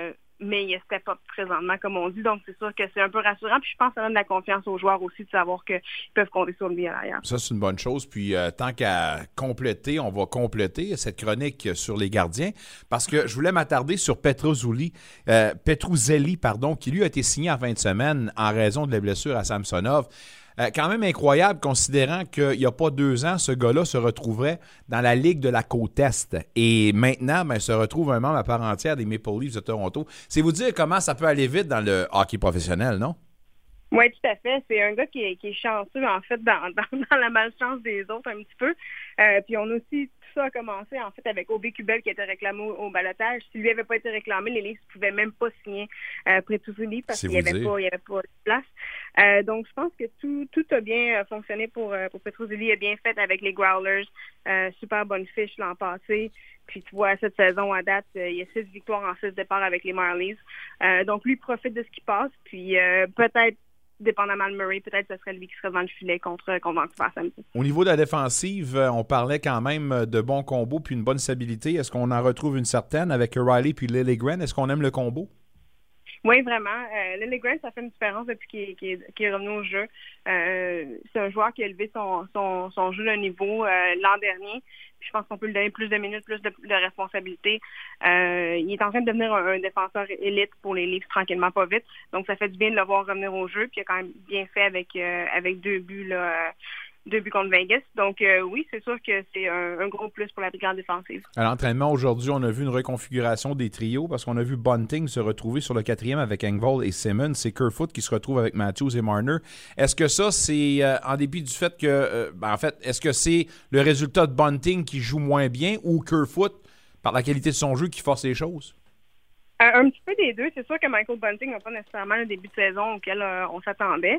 il step up présentement, comme on dit, donc c'est sûr que c'est un peu rassurant, puis je pense que ça donne de la confiance aux joueurs aussi de savoir qu'ils peuvent compter sur lui à l'arrière. Ça, c'est une bonne chose, puis tant qu'à compléter, on va compléter cette chronique sur les gardiens, parce que je voulais m'attarder sur Petruzzelli, qui lui a été signé en fin de semaine en raison de la blessure à Samsonov. Quand même incroyable, considérant qu'il n'y a pas 2 ans, ce gars-là se retrouverait dans la Ligue de la Côte-Est. Et maintenant, ben, se retrouve un membre à part entière des Maple Leafs de Toronto. C'est vous dire comment ça peut aller vite dans le hockey professionnel, non? Oui, tout à fait. C'est un gars qui est chanceux, en fait, dans la malchance des autres un petit peu. Puis on a aussi, tout ça a commencé, en fait, avec Obi Kubel qui a été réclamé au ballottage. Si lui n'avait pas été réclamé, les Leafs ne pouvaient même pas signer Petruzzelli parce qu'il n'y avait pas de place. Donc, je pense que tout a bien fonctionné pour Petruzzelli. Il a bien fait avec les Growlers. Super bonne fiche l'an passé. Puis tu vois, cette saison à date, il y a 6 victoires en 6 départs avec les Marlies. Donc, lui, il profite de ce qui passe. Puis peut-être, dépendamment de Murray, peut-être que ce serait lui qui serait devant le filet contre Vancouver samedi. Au niveau de la défensive, on parlait quand même de bons combos puis une bonne stabilité. Est-ce qu'on en retrouve une certaine avec Riley puis Liljegren? Est-ce qu'on aime le combo? Oui, vraiment. Liljegren, ça fait une différence depuis qu'il est revenu au jeu. C'est un joueur qui a élevé son jeu de niveau l'an dernier. Puis je pense qu'on peut lui donner plus de minutes, plus de responsabilités. Il est en train de devenir un défenseur élite pour les Leafs tranquillement, pas vite. Donc, ça fait du bien de le voir revenir au jeu. Puis il a quand même bien fait avec 2 buts là, 2 buts contre Vegas. Donc, oui, c'est sûr que c'est un gros plus pour la brigade défensive. À l'entraînement, aujourd'hui, on a vu une reconfiguration des trios parce qu'on a vu Bunting se retrouver sur le 4e avec Engvall et Simmons. C'est Kerfoot qui se retrouve avec Matthews et Marner. Est-ce que ça, c'est en dépit du fait que... en fait, est-ce que c'est le résultat de Bunting qui joue moins bien ou Kerfoot, par la qualité de son jeu, qui force les choses? Un petit peu des deux. C'est sûr que Michael Bunting n'a pas nécessairement le début de saison auquel on s'attendait.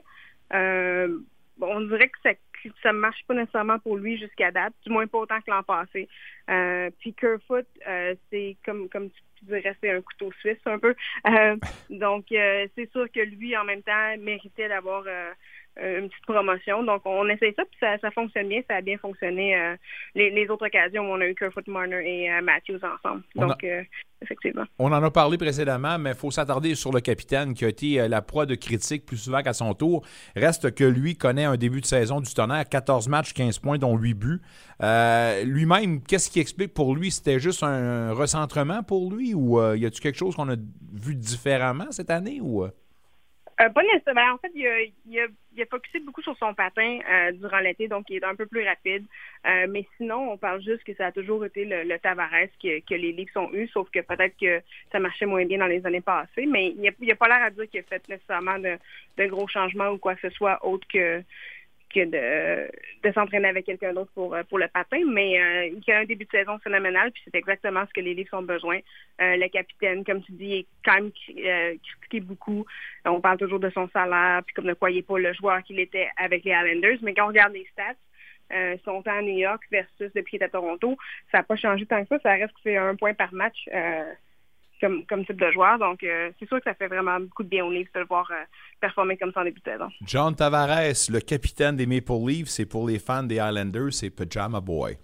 On dirait que ça ne marche pas nécessairement pour lui jusqu'à date, du moins pas autant que l'an passé. Puis Kerfoot, c'est comme tu dirais, c'est un couteau suisse un peu. Donc, c'est sûr que lui, en même temps, méritait d'avoir une petite promotion. Donc, on essaie ça, puis ça fonctionne bien. Ça a bien fonctionné les autres occasions où on a eu Kerfoot, Marner et Matthews ensemble. Donc, effectivement. On en a parlé précédemment, mais il faut s'attarder sur le capitaine qui a été la proie de critiques plus souvent qu'à son tour. Reste que lui connaît un début de saison du tonnerre, 14 matchs, 15 points, dont 8 buts. Lui-même, qu'est-ce qui explique pour lui? C'était juste un recentrement pour lui ou y a-t-il quelque chose qu'on a vu différemment cette année? Ou pas nécessairement. En fait, il a focusé beaucoup sur son patin durant l'été, donc il est un peu plus rapide. Mais sinon, on parle juste que ça a toujours été le Tavares que les Leafs ont eu, sauf que peut-être que ça marchait moins bien dans les années passées. Mais il a pas l'air à dire qu'il a fait nécessairement de gros changements ou quoi que ce soit autre que de s'entraîner avec quelqu'un d'autre pour le patin, mais il a un début de saison phénoménal, puis c'est exactement ce que les Leafs ont besoin. Le capitaine, comme tu dis, est quand même critiqué beaucoup. On parle toujours de son salaire, puis comme de quoi il n'est pas le joueur qu'il était avec les Islanders, mais quand on regarde les stats, son temps à New York versus depuis qu'il est à Toronto, ça n'a pas changé tant que ça. Ça reste que c'est 1 point par match comme type de joueur. Donc, c'est sûr que ça fait vraiment beaucoup de bien aux Leafs de le voir performer comme ça en début de saison. John Tavares, le capitaine des Maple Leafs, c'est pour les fans des Islanders, c'est Pajama Boy.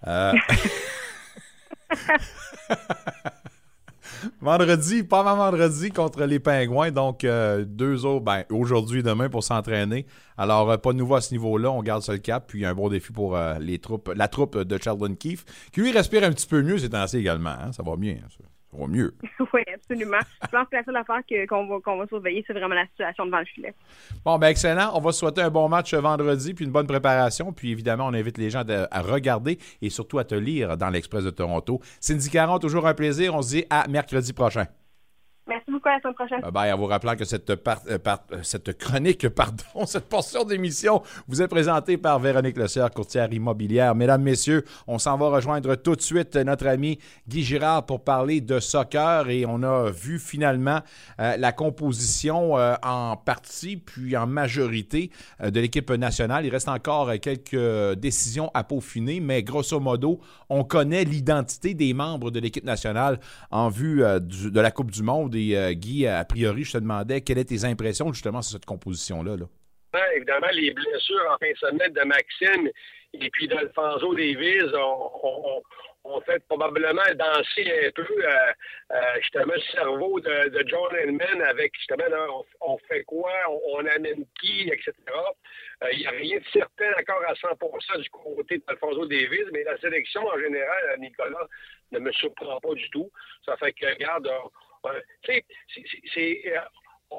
Vendredi contre les Pingouins, donc 2 autres, aujourd'hui et demain pour s'entraîner. Alors, pas de nouveau à ce niveau-là, on garde ça le cap, puis un bon défi pour la troupe de Sheldon Keefe, qui lui respire un petit peu mieux ces temps-ci également, hein? Ça va bien, ça va mieux. Oui, absolument. Je pense que la seule affaire qu'on va surveiller, c'est vraiment la situation devant le filet. Bon, excellent. On va se souhaiter un bon match vendredi, puis une bonne préparation. Puis évidemment, on invite les gens à regarder et surtout à te lire dans l'Express de Toronto. Cindy Caron, toujours un plaisir. On se dit à mercredi prochain. Merci beaucoup, à la semaine prochaine. En vous rappelant que cette chronique, cette portion d'émission vous est présentée par Véronique Lecieur, courtière immobilière. Mesdames, messieurs, on s'en va rejoindre tout de suite notre ami Guy Girard pour parler de soccer et on a vu finalement la composition en partie puis en majorité de l'équipe nationale. Il reste encore quelques décisions à peaufiner, mais grosso modo, on connaît l'identité des membres de l'équipe nationale en vue de la Coupe du Monde. Et Guy, a priori, je te demandais quelles étaient tes impressions justement sur cette composition-là. Évidemment, les blessures en fin de semaine de Maxime et puis d'Alfonso Davies ont fait probablement danser un peu justement le cerveau de John Hillman avec justement là, on fait quoi, on amène qui, etc. Il n'y a rien de certain encore à 100% du côté d'Alfonso Davies, mais la sélection en général, Nicolas, ne me surprend pas du tout. Ça fait que, regarde,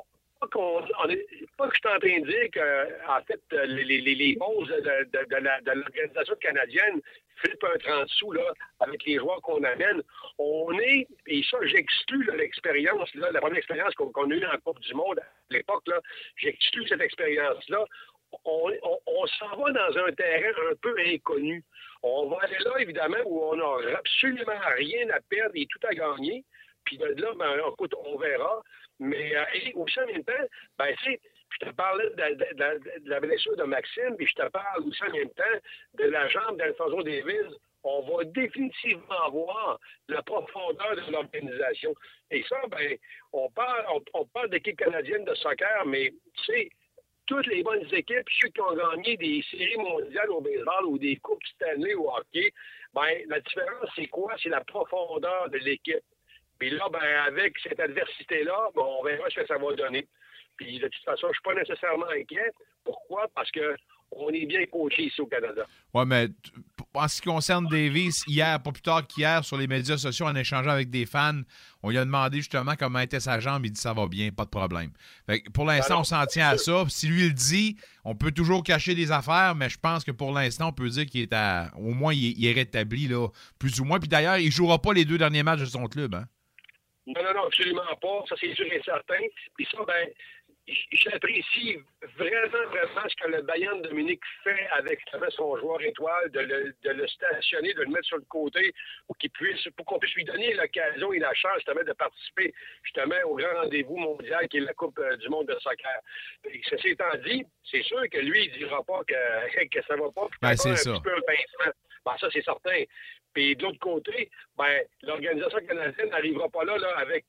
pas que je suis en train de dire que, en fait, les bons de l'organisation canadienne flippent un 30 sous là, avec les joueurs qu'on amène. On est, et ça, j'exclus là, l'expérience, là, la première expérience qu'on a eue en Coupe du Monde à l'époque, là, j'exclus cette expérience-là. On s'en va dans un terrain un peu inconnu. On va aller là, évidemment, où on n'a absolument rien à perdre et tout à gagner. Puis de là, ben, écoute, on verra. Mais et aussi en même temps, ben, tu sais, je te parlais de la blessure de Maxime, puis je te parle aussi en même temps de la jambe d'Alfonso Davies. On va définitivement voir la profondeur de l'organisation. Et ça, ben, on parle d'équipe canadienne de soccer, mais tu sais, toutes les bonnes équipes, ceux qui ont gagné des séries mondiales au baseball ou des coupes Stanley au hockey, ben, la différence, c'est quoi? C'est la profondeur de l'équipe. Puis là, ben, avec cette adversité-là, ben, on verra ce que ça va donner. Puis de toute façon, je ne suis pas nécessairement inquiet. Pourquoi? Parce que on est bien coaché ici au Canada. Oui, mais en ce qui concerne Davies, hier, pas plus tard qu'hier, sur les médias sociaux, en échangeant avec des fans, on lui a demandé justement comment était sa jambe. Il dit ça va bien, pas de problème. Fait que pour l'instant, on s'en tient à ça. Si lui le dit, on peut toujours cacher des affaires, mais je pense que pour l'instant, on peut dire qu'il est au moins il est rétabli, là, plus ou moins. Puis d'ailleurs, il ne jouera pas les 2 derniers matchs de son club, hein? Non, absolument pas. Ça, c'est sûr et certain. Puis ça, ben, j'apprécie vraiment ce que le Bayern de Munich fait avec son joueur étoile, de le stationner, de le mettre sur le côté pour qu'on puisse lui donner l'occasion et la chance justement de participer justement au grand rendez-vous mondial qui est la Coupe du monde de soccer. Et ceci étant dit, c'est sûr que lui, il dira pas que ça va pas. Ben, c'est ça. Un petit peu un pincement. Ben, ça, c'est certain. Puis de l'autre côté, ben, l'organisation canadienne n'arrivera pas là avec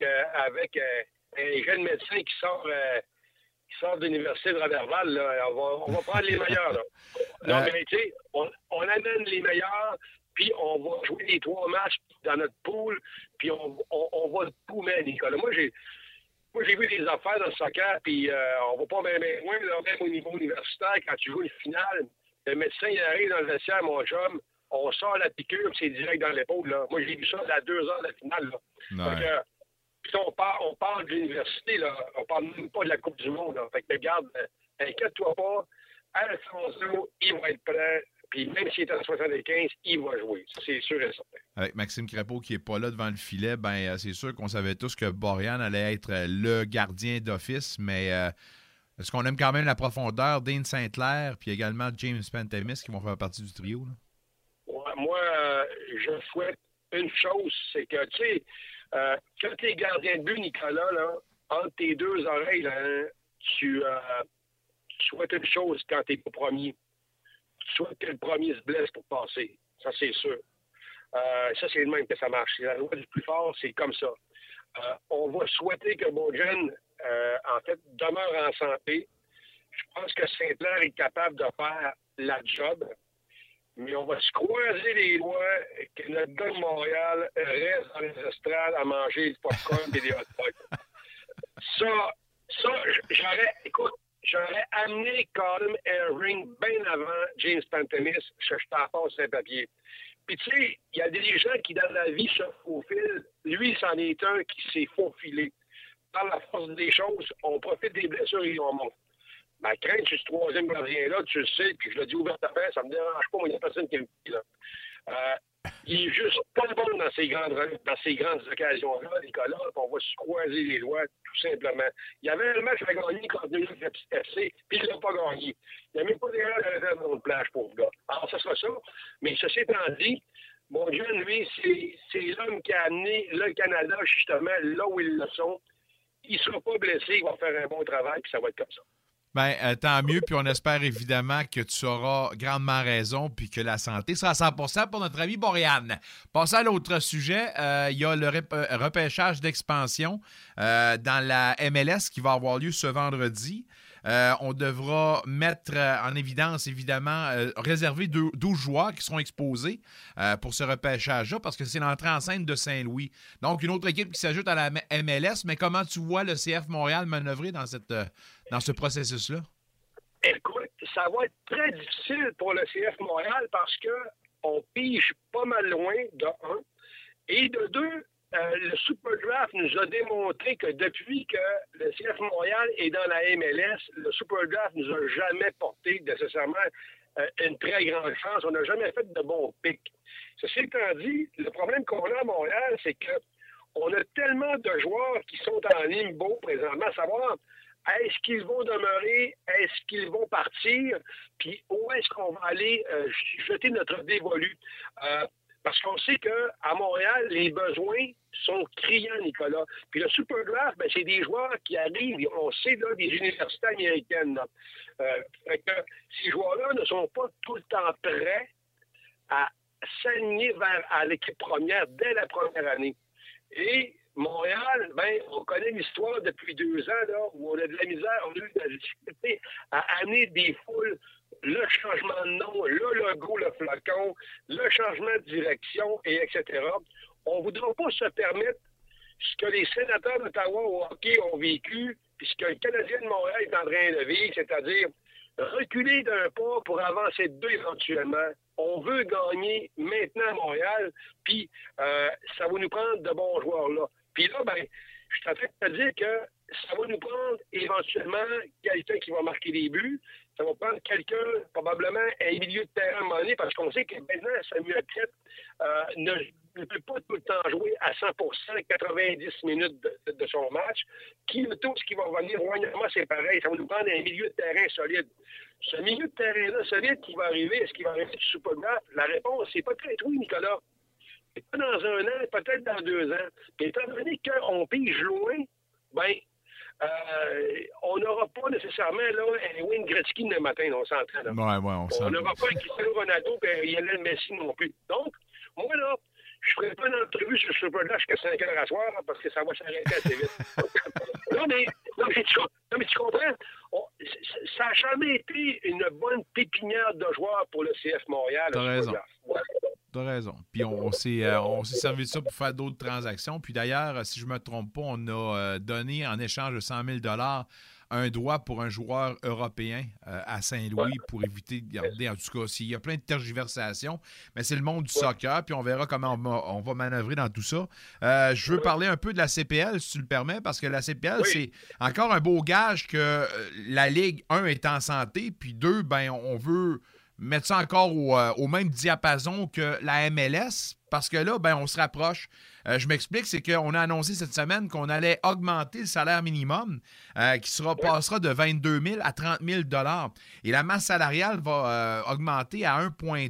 un jeune médecin qui sort de l'université de Roberval. Là. On va prendre les meilleurs. Là. Non, mais tu sais, on amène les meilleurs, puis on va jouer les 3 matchs dans notre pool, puis on va tout mettre, Nicolas. Moi, j'ai vu des affaires dans le soccer, puis on va pas bien loin, là, même au niveau universitaire, quand tu joues une finale, le médecin, il arrive dans le vestiaire, mon chum, on sort la piqûre, c'est direct dans l'épaule. Là. Moi, j'ai vu ça à 2 heures de la finale. Là. Puis on parle de l'université, là. On parle même pas de la Coupe du Monde. Là. Fait que regarde, inquiète-toi pas, Alfonso, il va être prêt. Puis même s'il est à 75, il va jouer. Ça, c'est sûr et certain. Avec Maxime Crépeau qui n'est pas là devant le filet, ben c'est sûr qu'on savait tous que Borjan allait être le gardien d'office, mais est-ce qu'on aime quand même la profondeur Dean Saint-Clair puis également James Pantemis qui vont faire partie du trio, là? Ouais, moi, je souhaite une chose, c'est que, tu sais, quand tu es gardien de but, Nicolas, là, entre tes 2 oreilles, là, tu souhaites une chose quand tu es au premier. Tu souhaites que le premier se blesse pour passer. Ça, c'est sûr. Ça, c'est le même que ça marche. C'est la loi du plus fort, c'est comme ça. On va souhaiter que Borjan, en fait, demeure en santé. Je pense que Saint-Clair est capable de faire la job. Mais on va se croiser les doigts que notre gars de Montréal reste dans les estrades à manger du popcorn et des hot dogs. Ça, j'aurais amené Colin Herring bien avant James Pantemis, je t'en passe un papier. Puis tu sais, il y a des gens qui dans la vie se faufilent. Lui, c'en est un qui s'est faufilé. Par la force des choses, on profite des blessures et on monte. Ma crainte, je suis ce 3e gardien-là, tu le sais, puis je le dis ouvertement, ça me dérange pas, mais il n'y a personne qui me dit, là. Il est juste pas bon dans ces grandes occasions-là, Nicolas, puis on va se croiser les doigts, tout simplement. Il y avait un match à gagner contre New York FC, puis il l'a pas gagné. Il n'y a même pas d'erreur à faire dans le plage, pauvre gars. Alors, ça sera ça. Mais ceci étant dit, mon jeune, lui, c'est l'homme qui a amené le Canada, justement, là où ils le sont. Il ne sera pas blessé, il va faire un bon travail, puis ça va être comme ça. Ben, tant mieux, puis on espère évidemment que tu auras grandement raison, puis que la santé sera à 100% pour notre ami Borjan. Passons à l'autre sujet, il y a le repêchage d'expansion dans la MLS qui va avoir lieu ce vendredi. On devra mettre en évidence, évidemment, réserver 12 joueurs qui seront exposés pour ce repêchage-là, parce que c'est l'entrée en scène de Saint-Louis. Donc, une autre équipe qui s'ajoute à la MLS, mais comment tu vois le CF Montréal manœuvrer dans ce processus-là? Écoute, ça va être très difficile pour le CF Montréal parce qu'on pige pas mal loin, de 1. Et de 2, le Super Draft nous a démontré que depuis que le CF Montréal est dans la MLS, le Super Draft nous a jamais porté nécessairement une très grande chance. On n'a jamais fait de bons pics. Ceci étant dit, le problème qu'on a à Montréal, c'est que on a tellement de joueurs qui sont en limbo présentement, à savoir est-ce qu'ils vont demeurer, est-ce qu'ils vont partir, puis où est-ce qu'on va aller jeter notre dévolu. Parce qu'on sait qu'à Montréal, les besoins sont criants, Nicolas. Puis le Super Draft, ben, c'est des joueurs qui arrivent, on sait, là, des universités américaines. Fait que ces joueurs-là ne sont pas tout le temps prêts à s'aligner vers à l'équipe première dès la première année. Et Montréal, ben, on connaît l'histoire depuis 2 ans, là, où on a de la misère, on a eu de la difficulté à amener des foules, le changement de nom, le logo, le flacon, le changement de direction, et etc. On ne voudra pas se permettre ce que les sénateurs d'Ottawa au hockey ont vécu, puis ce que le Canadien de Montréal est en train de vivre, c'est-à-dire reculer d'un pas pour avancer de 2 éventuellement. On veut gagner maintenant à Montréal, puis ça va nous prendre de bons joueurs là. Puis là, ben, je suis en train de te dire que ça va nous prendre éventuellement quelqu'un qui va marquer des buts. Ça va prendre quelqu'un, probablement un milieu de terrain à un moment donné, parce qu'on sait que maintenant, Samuel Piette ne peut pas tout le temps jouer à 100%, 90 minutes de son match. Tout ce qui va revenir, moyennement, c'est pareil. Ça va nous prendre un milieu de terrain solide. Ce milieu de terrain-là solide qui va arriver, est-ce qu'il va arriver du Super Draft? La réponse, c'est pas très oui, Nicolas. C'est pas dans 1 an, peut-être dans 2 ans. Puis étant donné qu'on pige loin, ben, on n'aura pas nécessairement là, un Wayne Gretzky le matin, on s'entend. On n'aura pas un Cristiano Ronaldo et Lionel Messi non plus. Donc, moi, là, je ne ferai pas une entrevue sur Super Dash jusqu'à 5 heures à soir parce que ça va s'arrêter assez vite. non, mais tu comprends? Ça n'a jamais été une bonne pépinière de joueurs pour le CF Montréal. T'as raison. T'as raison. Puis on s'est servi de ça pour faire d'autres transactions. Puis d'ailleurs, si je ne me trompe pas, on a donné en échange de 100 000 un droit pour un joueur européen à Saint-Louis pour éviter de garder, en tout cas, s'il y a plein de tergiversations, mais c'est le monde du soccer, puis on verra comment on va manœuvrer dans tout ça. Je veux parler un peu de la CPL, si tu le permets, parce que la CPL, c'est encore un beau gage que la Ligue, 1, est en santé, puis 2, ben, on veut mettre ça encore au même diapason que la MLS, parce que là, ben, on se rapproche. Je m'explique, c'est qu'on a annoncé cette semaine qu'on allait augmenter le salaire minimum qui passera de 22 000 à 30 000 $. Et la masse salariale va augmenter à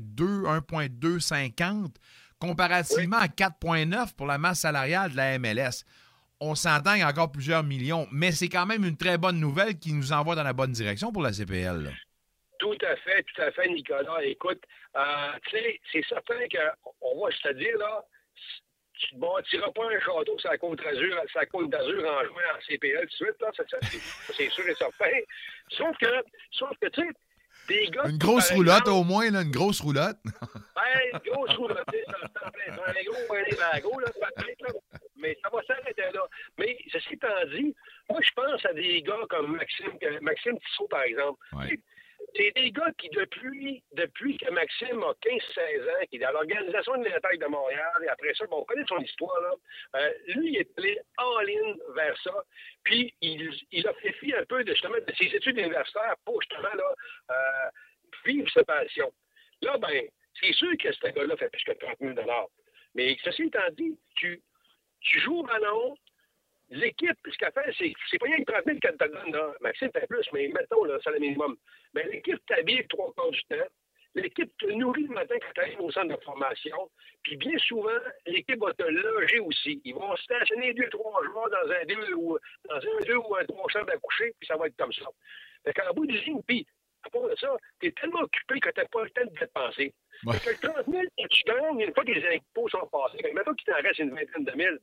1,250 comparativement à 4,9 pour la masse salariale de la MLS. On s'entend qu'il y a encore plusieurs millions, mais c'est quand même une très bonne nouvelle qui nous envoie dans la bonne direction pour la CPL. Là. Tout à fait, Nicolas. Écoute, tu sais, c'est certain qu'on va se dire, là, tu ne bâtiras pas un château sur la Côte d'Azur en jouant en CPL tout de suite, là, c'est sûr et certain. Sauf que, tu sais, des gars... Une grosse roulotte, au moins, là, une grosse roulotte. Une grosse roulotte, un gros wagon, là, peut-être, là, mais ça va s'arrêter là. Mais ceci étant dit, moi, je pense à des gars comme Maxime Tissot, par exemple. Ouais. C'est des gars qui, depuis que Maxime a 15-16 ans, qui est dans l'organisation de l'Attaque de Montréal, et après ça, bon, on connaît son histoire, là. Lui, il est allé all-in vers ça. Puis, il a fait fi un peu justement de ses études universitaires pour justement là, vivre sa passion. Là, ben, c'est sûr que ce gars-là fait plus que 30 000 $. Mais ceci étant dit, tu joues au ballon. L'équipe, ce qu'elle fait, c'est pas rien que 30 000 qu'elle te donne, là. Maxime fait plus, mais mettons, là, c'est le minimum. Mais l'équipe t'habille 3 quarts du temps. L'équipe te nourrit le matin quand tu arrives au centre de formation. Puis bien souvent, l'équipe va te loger aussi. Ils vont stationner 2-3 joueurs dans un 2 ou un 3 chambres à coucher, puis ça va être comme ça. Fait qu'en bout du ligne, puis, à part de ça, tu es tellement occupé que tu n'as pas le temps de dépenser. Ouais. Fait que le 30 000 que tu gagnes, une fois que les impôts sont passés, mettons qu'il t'en reste une vingtaine de mille,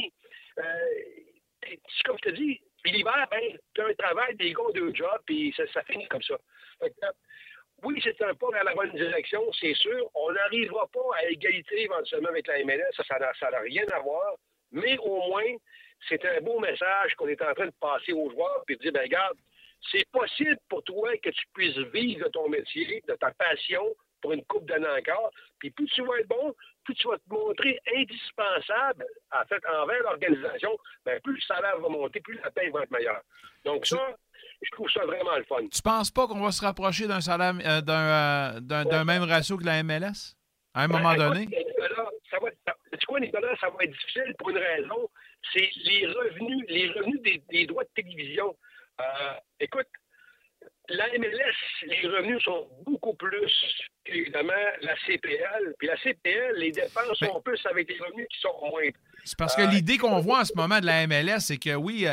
comme je te dis, puis l'hiver, ben, tu as un travail, des gars, 2 jobs, puis ça finit comme ça. Fait que, oui, c'est un pas vers la bonne direction, c'est sûr. On n'arrivera pas à égalité éventuellement avec la MLS, ça n'a rien à voir, mais au moins, c'est un beau message qu'on est en train de passer aux joueurs, puis de dire, ben regarde, c'est possible pour toi que tu puisses vivre de ton métier, de ta passion, pour une coupe d'années encore. Puis plus tu vas être bon, plus tu vas te montrer indispensable, en fait, envers l'organisation, ben, plus le salaire va monter, plus la paie va être meilleure. Donc ça, je trouve ça vraiment le fun. Tu penses pas qu'on va se rapprocher d'un salaire, d'un même ratio que la MLS? À un moment donné? Nicolas, sais-tu quoi, Nicolas? Ça va être difficile pour une raison. C'est les revenus des droits de télévision. Écoute, la MLS, les revenus sont beaucoup plus qu'évidemment la CPL. Puis la CPL, les dépenses sont plus avec des revenus qui sont moins. C'est parce que l'idée qu'on voit en ce moment de la MLS, c'est que oui,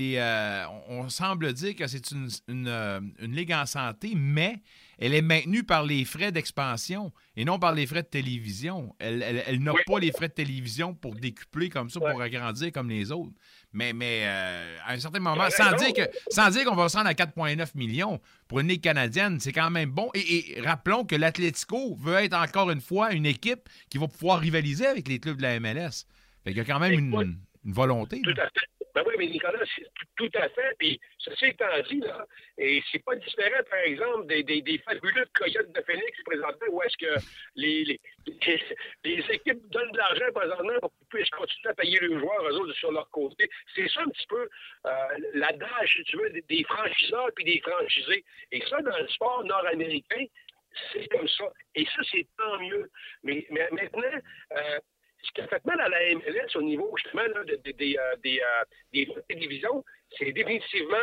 on semble dire que c'est une ligue en santé, mais elle est maintenue par les frais d'expansion et non par les frais de télévision. Elle n'a pas les frais de télévision pour décupler comme ça, pour agrandir comme les autres. Mais à un certain moment, sans dire qu'on va se rendre à 4,9 millions pour une ligue canadienne, c'est quand même bon. Et rappelons que l'Atlético veut être encore une fois une équipe qui va pouvoir rivaliser avec les clubs de la MLS. Fait qu'il y a quand même une volonté. Tout à fait. Ben oui, mais Nicolas, c'est tout à fait. Puis, ceci étant dit, là, et c'est pas différent, par exemple, des fabuleux Coyotes de Phoenix présentement, où est-ce que les équipes donnent de l'argent présentement pour qu'ils puissent continuer à payer les joueurs, eux autres, sur leur côté. C'est ça un petit peu l'adage, si tu veux, des franchiseurs puis des franchisés. Et ça, dans le sport nord-américain, c'est comme ça. Et ça, c'est tant mieux. Mais maintenant, ce qui a fait mal à la MLS au niveau, justement, là, des télévisions, c'est définitivement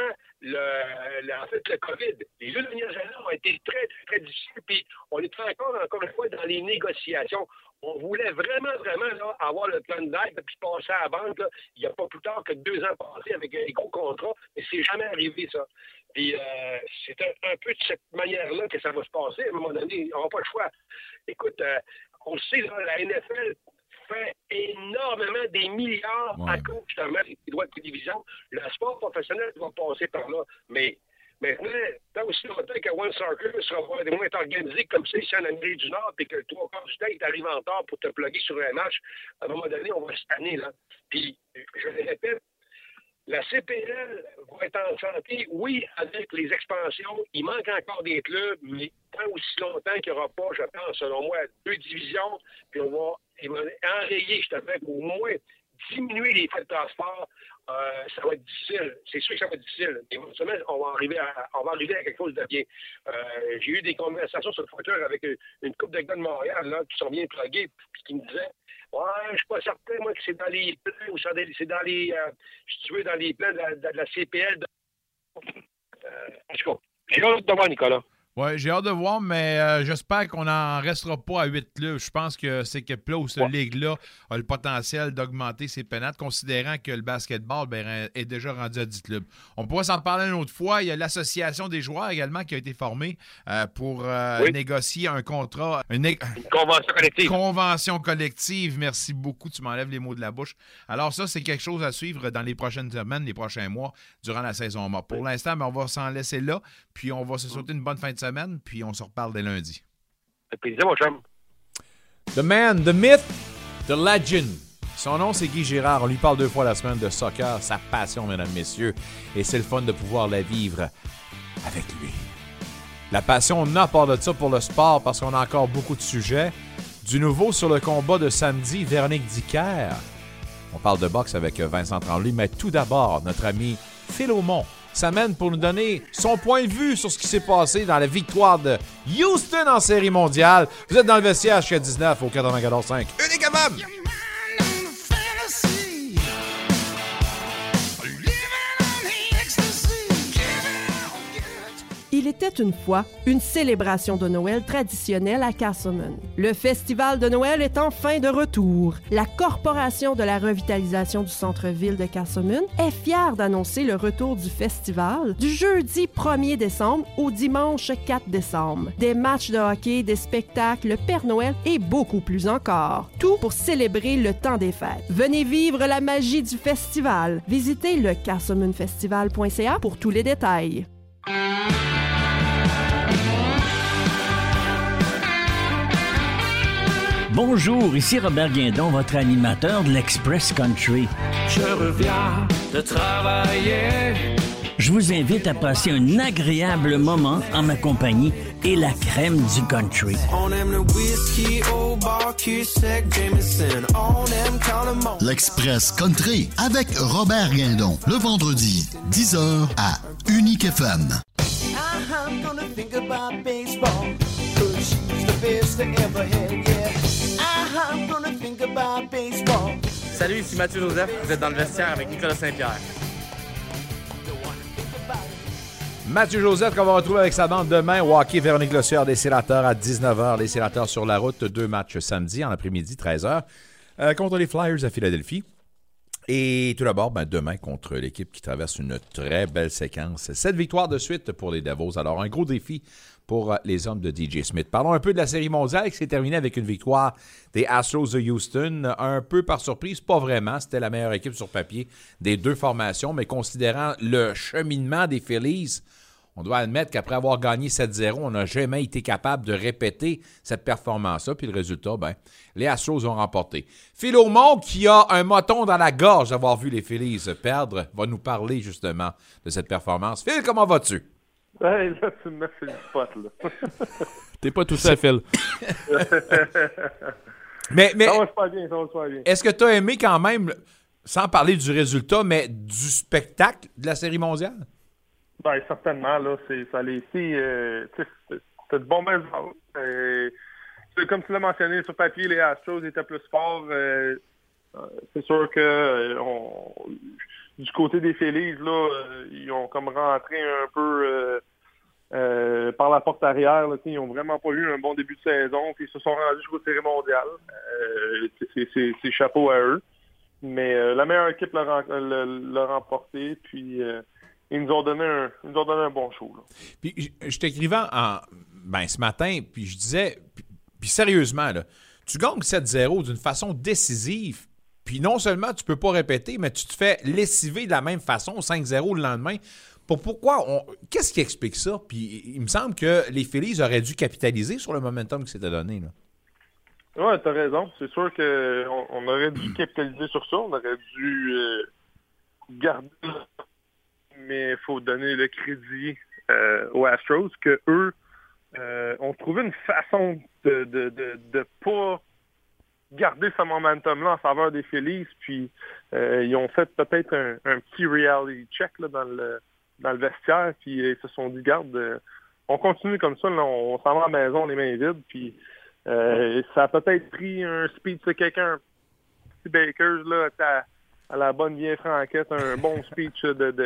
en fait, le COVID. Les 2 dernières années ont été très, très, très difficiles, puis on est encore une fois, dans les négociations. On voulait vraiment, vraiment là, avoir le plan d'aide, puis passer à la banque, là, il n'y a pas plus tard que 2 ans passés avec des gros contrats, mais c'est jamais arrivé, ça. Puis c'est un peu de cette manière-là que ça va se passer. À un moment donné, on n'aura pas le choix. Écoute, on le sait, là, la NFL fait énormément des milliards à cause justement des droits de télévision. Le sport professionnel va passer par là. Mais maintenant, tant aussi longtemps que One Soccer va être organisé comme ça ici en Amérique du Nord, et que le 3/4 du temps, il t'arrive en retard pour te plugger sur un match, à un moment donné, on va se tanner, là. Puis, je le répète, la CPL va être en santé, oui, avec les expansions. Il manque encore des clubs, mais tant aussi longtemps qu'il n'y aura pas, je pense, selon moi, 2 divisions, puis on va enrayer, justement, au moins diminuer les frais de transport. Ça va être difficile. C'est sûr que ça va être difficile. Mais on va arriver à quelque chose de bien. J'ai eu des conversations sur le Twitter avec une couple de gars de Montréal là, qui sont bien plugués puis qui me disaient je suis pas certain, moi, que c'est dans les plans ou c'est dans les si tu veux, dans les plans de la CPL. En tout cas, j'ai hâte de voir, Nicolas. Oui, j'ai hâte de voir, mais j'espère qu'on n'en restera pas à 8 clubs. Je pense que cette équipe-là ou cette ligue-là a le potentiel d'augmenter ses pénates, considérant que le basketball est déjà rendu à 10 clubs. On pourra s'en parler une autre fois. Il y a l'association des joueurs également qui a été formée pour négocier un contrat. Une convention collective. Convention collective. Merci beaucoup. Tu m'enlèves les mots de la bouche. Alors ça, c'est quelque chose à suivre dans les prochaines semaines, les prochains mois, durant la saison morte. Pour l'instant, on va s'en laisser là, puis on va se souhaiter une bonne fin de semaine, puis on se reparle dès lundi. Plaisir, mon chum. The man, the myth, the legend. Son nom, c'est Guy Girard. On lui parle 2 fois la semaine de soccer, sa passion, mesdames, messieurs. Et c'est le fun de pouvoir la vivre avec lui. La passion, on a part de ça pour le sport parce qu'on a encore beaucoup de sujets. Du nouveau sur le combat de samedi, Véronique Dicker. On parle de boxe avec Vincent Tremblay, mais tout d'abord, notre ami Phil Aumont s'amène pour nous donner son point de vue sur ce qui s'est passé dans la victoire de Houston en série mondiale. Vous êtes dans le vestiaire chez 19 au 94.5. Unique FM! Il était une fois une célébration de Noël traditionnelle à Castleman. Le festival de Noël est enfin de retour. La Corporation de la revitalisation du centre-ville de Castleman est fière d'annoncer le retour du festival du jeudi 1er décembre au dimanche 4 décembre. Des matchs de hockey, des spectacles, le Père Noël et beaucoup plus encore. Tout pour célébrer le temps des fêtes. Venez vivre la magie du festival. Visitez le castlemanfestival.ca pour tous les détails. Bonjour, ici Robert Guindon, votre animateur de l'Express Country. Je reviens de travailler. Je vous invite à passer un agréable moment en ma compagnie et la crème du country. On aime le whisky au bar, Cusack, Jameson. On aime quand le monde... L'Express Country avec Robert Guindon, le vendredi, 10h à Unique FM. I'm gonna think about baseball, 'cause she's the best I ever had, yeah. I'm gonna think about baseball. Salut, ici Mathieu Joseph, vous êtes dans le vestiaire avec Nicolas Saint-Pierre. Mathieu Joseph qu'on va retrouver avec sa bande demain au hockey. Véronique Lossière des Sénateurs à 19h. Les Sénateurs sur la route, 2 matchs samedi en après-midi, 13h, contre les Flyers à Philadelphie. Et tout d'abord, demain, contre l'équipe qui traverse une très belle séquence. 7 victoires de suite pour les Devils. Alors, un gros défi pour les hommes de DJ Smith. Parlons un peu de la Série mondiale qui s'est terminée avec une victoire des Astros de Houston. Un peu par surprise, pas vraiment. C'était la meilleure équipe sur papier des deux formations. Mais considérant le cheminement des Phillies, on doit admettre qu'après avoir gagné 7-0, on n'a jamais été capable de répéter cette performance-là. Puis le résultat, les Astros ont remporté. Phil Aumont, qui a un moton dans la gorge d'avoir vu les Phillies perdre, va nous parler justement de cette performance. Phil, comment vas-tu? Hey, là, tu me fais le spot, là. T'es pas tout seul, Phil. mais ça va se faire bien, ça va se faire bien. Est-ce que tu as aimé quand même, sans parler du résultat, mais du spectacle de la Série mondiale? Ben, certainement, là, ça a été, c'était de bons matchs. Comme tu l'as mentionné, sur papier, les Astros étaient plus forts. C'est sûr que du côté des Phillies, là, ils ont comme rentré un peu par la porte arrière. Là, ils n'ont vraiment pas eu un bon début de saison. Puis ils se sont rendus jusqu'aux séries mondiales. C'est chapeau à eux. Mais la meilleure équipe l'a remporté. Puis ils nous ont donné un bon show. Là. Puis je t'écrivais ce matin, puis je disais, puis sérieusement, là, tu gagnes 7-0 d'une façon décisive, puis non seulement tu peux pas répéter, mais tu te fais lessiver de la même façon, 5-0 le lendemain. Qu'est-ce qui explique ça? Puis il me semble que les Phillies auraient dû capitaliser sur le momentum qui s'était donné. Oui, tu as raison. C'est sûr qu'on aurait dû capitaliser sur ça. On aurait dû garder... Mais il faut donner le crédit aux Astros qu'eux ont trouvé une façon de pas garder ce momentum-là en faveur des Phillies. Puis ils ont fait peut-être un petit reality check là, dans le vestiaire. Puis ils se sont dit, garde, on continue comme ça. Là, on s'en va à la maison les mains vides. Puis ça a peut-être pris un speech de quelqu'un, un petit Bakers, là, à la bonne vieille franquette, un bon speech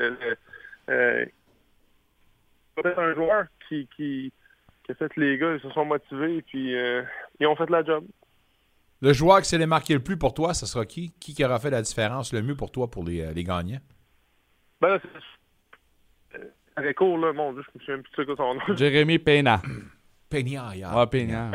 peut-être un joueur qui a fait les gars, ils se sont motivés puis ils ont fait la job. Le joueur qui s'est démarqué le plus pour toi, ce sera qui? Qui aura fait la différence le mieux pour toi pour les gagnants? Ben là, c'est Récourt, là, mon Dieu, je me souviens plus de son nom. Jérémy Peña. Peña, yeah. Ouais, Peña.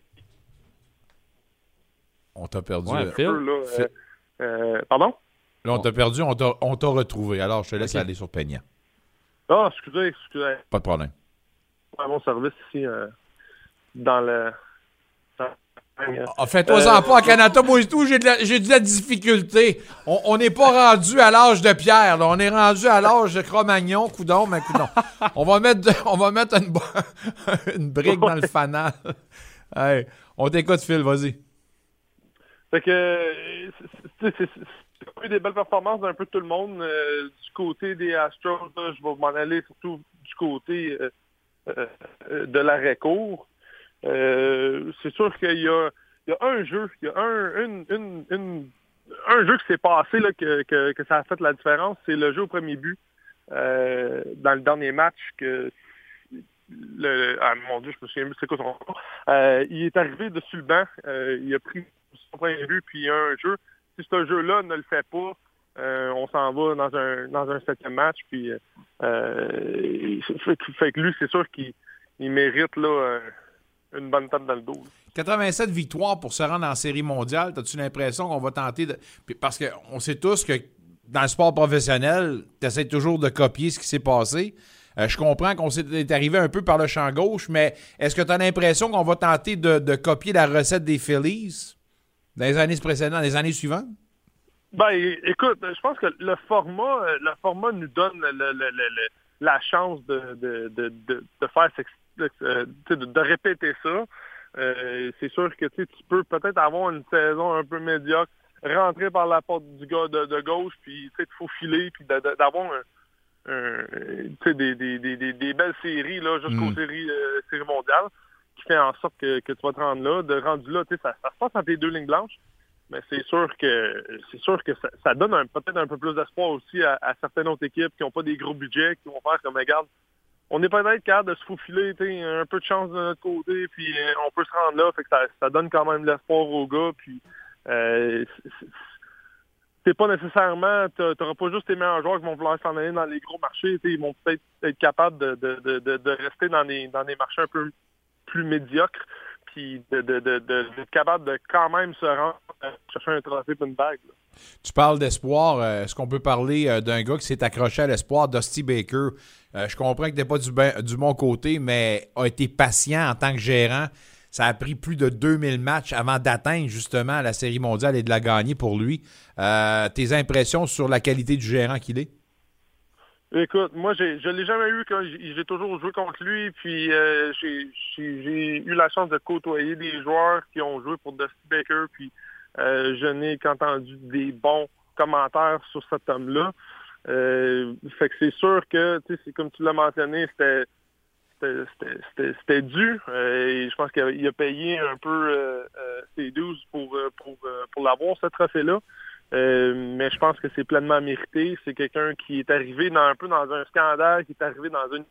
On t'a perdu. Ouais, Phil. Pardon? Là, on t'a perdu, on t'a retrouvé. Alors, je te laisse aller sur Peña. Ah, excusez. Pas de problème. À mon service ici, dans le... Fais-toi-en pas, à Canada, moi et tout, j'ai de la difficulté. On n'est pas rendu à l'âge de Pierre, là. On est rendu à l'âge de Cro-Magnon, coudon. On va mettre une brique dans le fanal. Hey, on t'écoute, Phil, vas-y. Fait que c'est eu des belles performances d'un peu tout le monde. Du côté des Astros, là, je vais m'en aller surtout du côté de l'arrêt-court. C'est sûr qu'il y a un jeu, il y a un jeu qui s'est passé là, que ça a fait la différence, c'est le jeu au premier but dans le dernier match que mon Dieu, je me souviens plus c'est quoi son nom. Il est arrivé dessus le banc, il a pris son premier but puis il y a un jeu. Si ce jeu-là ne le fait pas, on s'en va dans un 7e match puis fait que lui, c'est sûr qu'il mérite là une bonne tape dans le dos. 87 victoires pour se rendre en série mondiale. As-tu l'impression qu'on va tenter de... Parce qu'on sait tous que dans le sport professionnel, tu essaies toujours de copier ce qui s'est passé. Je comprends qu'on est arrivé un peu par le champ gauche, mais est-ce que tu as l'impression qu'on va tenter de copier la recette des Phillies? Dans les années précédentes, dans les années suivantes? Ben, écoute, je pense que le format nous donne la chance de faire de répéter ça. C'est sûr que tu peux peut-être avoir une saison un peu médiocre, rentrer par la porte du gars de gauche, puis te faufiler, puis d'avoir des belles séries là, jusqu'aux séries mondiales, qui fait en sorte que tu vas te rendre là. De rendu là, ça se passe entre les deux lignes blanches. Mais c'est sûr que ça donne peut-être un peu plus d'espoir aussi à certaines autres équipes qui n'ont pas des gros budgets, qui vont faire comme regarde. On est peut-être capable de se faufiler, un peu de chance de notre côté, puis on peut se rendre là. Fait que ça donne quand même de l'espoir aux gars. Puis c'est pas nécessairement, t'auras pas juste tes meilleurs joueurs qui vont vouloir s'en aller dans les gros marchés. Ils vont peut-être être capables de rester dans des marchés un peu plus médiocres, puis d'être capable de quand même se rendre chercher un trophée et une bague. Là. Tu parles d'espoir. Est-ce qu'on peut parler d'un gars qui s'est accroché à l'espoir, Dusty Baker? Je comprends que tu n'es pas du bon côté, mais a été patient en tant que gérant. Ça a pris plus de 2000 matchs avant d'atteindre justement la Série mondiale et de la gagner pour lui. Tes impressions sur la qualité du gérant qu'il est? Écoute, moi, je l'ai jamais eu quand j'ai toujours joué contre lui, puis j'ai eu la chance de côtoyer des joueurs qui ont joué pour Dusty Baker, puis je n'ai qu'entendu des bons commentaires sur cet homme-là. Fait que c'est sûr que, tu sais, c'est comme tu l'as mentionné, c'était dû. Et je pense qu'il a payé un peu ses 12 pour l'avoir, ce trophée-là. Mais je pense que c'est pleinement mérité. C'est quelqu'un qui est arrivé un peu dans un scandale, qui est arrivé dans une...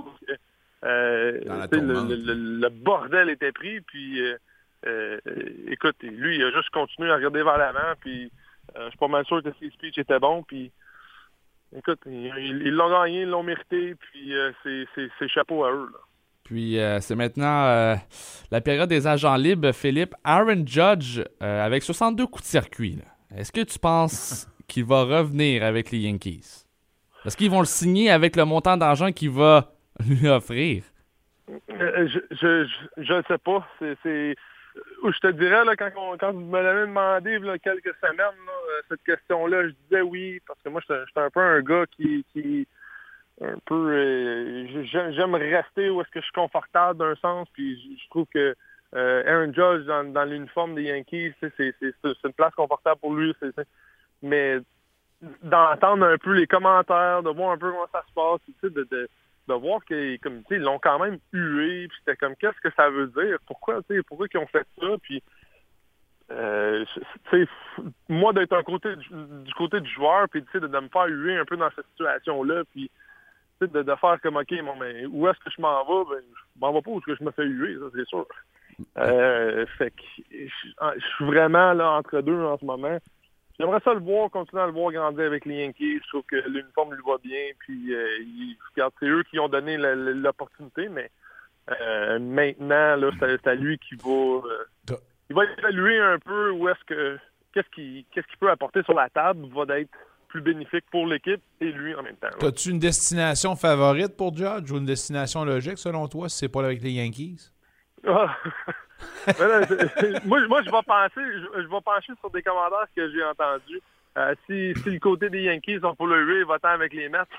le bordel était pris, puis écoute, lui, il a juste continué à regarder vers l'avant, puis je suis pas mal sûr que ses speeches étaient bons, puis écoute, ils l'ont gagné, ils l'ont mérité, puis c'est chapeau à eux, là. Puis c'est maintenant la période des agents libres, Philippe. Aaron Judge, avec 62 coups de circuit, là. Est-ce que tu penses qu'il va revenir avec les Yankees? Est-ce qu'ils vont le signer avec le montant d'argent qu'il va lui offrir? Je ne sais pas. Je te dirais, là, quand vous me l'avez demandé il y a quelques semaines, là, cette question-là, je disais oui, parce que moi, j'étais un peu un gars qui un peu... j'aime rester où est-ce que je suis confortable d'un sens, puis je trouve que Aaron Judge dans l'uniforme des Yankees, c'est une place confortable pour lui. Mais d'entendre un peu les commentaires, de voir un peu comment ça se passe, de voir qu'ils l'ont quand même hué, puis c'était comme qu'est-ce que ça veut dire? Pourquoi ils ont fait ça? Puis moi d'être du côté du joueur, puis de me faire huer un peu dans cette situation-là, puis de faire comme OK, bon, mais où est-ce que je m'en vais? Ben, je m'en vais pas où est-ce que je me fais huer, ça c'est sûr. Fait que je suis vraiment là entre deux en ce moment. J'aimerais ça continuer à le voir grandir avec les Yankees. Je trouve que l'uniforme lui va bien, puis c'est eux qui ont donné l'opportunité, mais maintenant, là, c'est à lui qui va il va évaluer un peu qu'est-ce qu'il peut apporter sur la table va être plus bénéfique pour l'équipe et lui en même temps. As-tu une destination favorite pour Judge ou une destination logique selon toi si c'est pas avec les Yankees? Ah. Moi, je vais pencher sur des commentaires que j'ai entendus. Si le côté des Yankees sont pour le huer, va-t'en avec les Mets.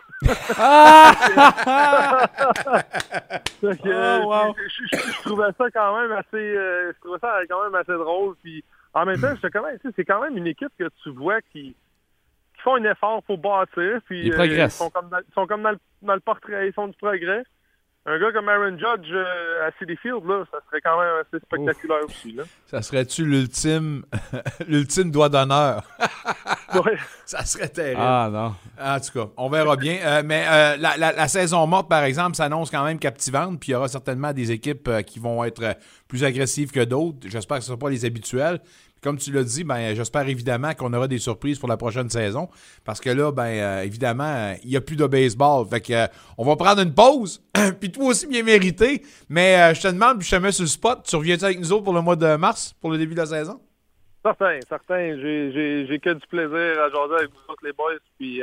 Je trouvais ça quand même assez drôle. Puis en même temps, c'est quand même une équipe que tu vois qui font un effort pour bâtir. Puis ils progressent. Ils sont comme dans le portrait, ils font du progrès. Un gars comme Aaron Judge à Citi Field, là, ça serait quand même assez spectaculaire aussi. Là. Ça serait-tu l'ultime doigt d'honneur? Ouais. Ça serait terrible. Ah non. En tout cas, on verra bien. Mais la saison morte, par exemple, s'annonce quand même captivante. Puis il y aura certainement des équipes qui vont être plus agressives que d'autres. J'espère que ce ne sera pas les habituels. Comme tu l'as dit, j'espère évidemment qu'on aura des surprises pour la prochaine saison. Parce que là, évidemment, il n'y a plus de baseball. Fait que on va prendre une pause. Puis toi aussi, bien mérité. Mais je te demande, puis je te mets sur le spot. Tu reviens-tu avec nous autres pour le mois de mars, pour le début de la saison? Certain. J'ai que du plaisir à jaser avec vous autres, les boys. Puis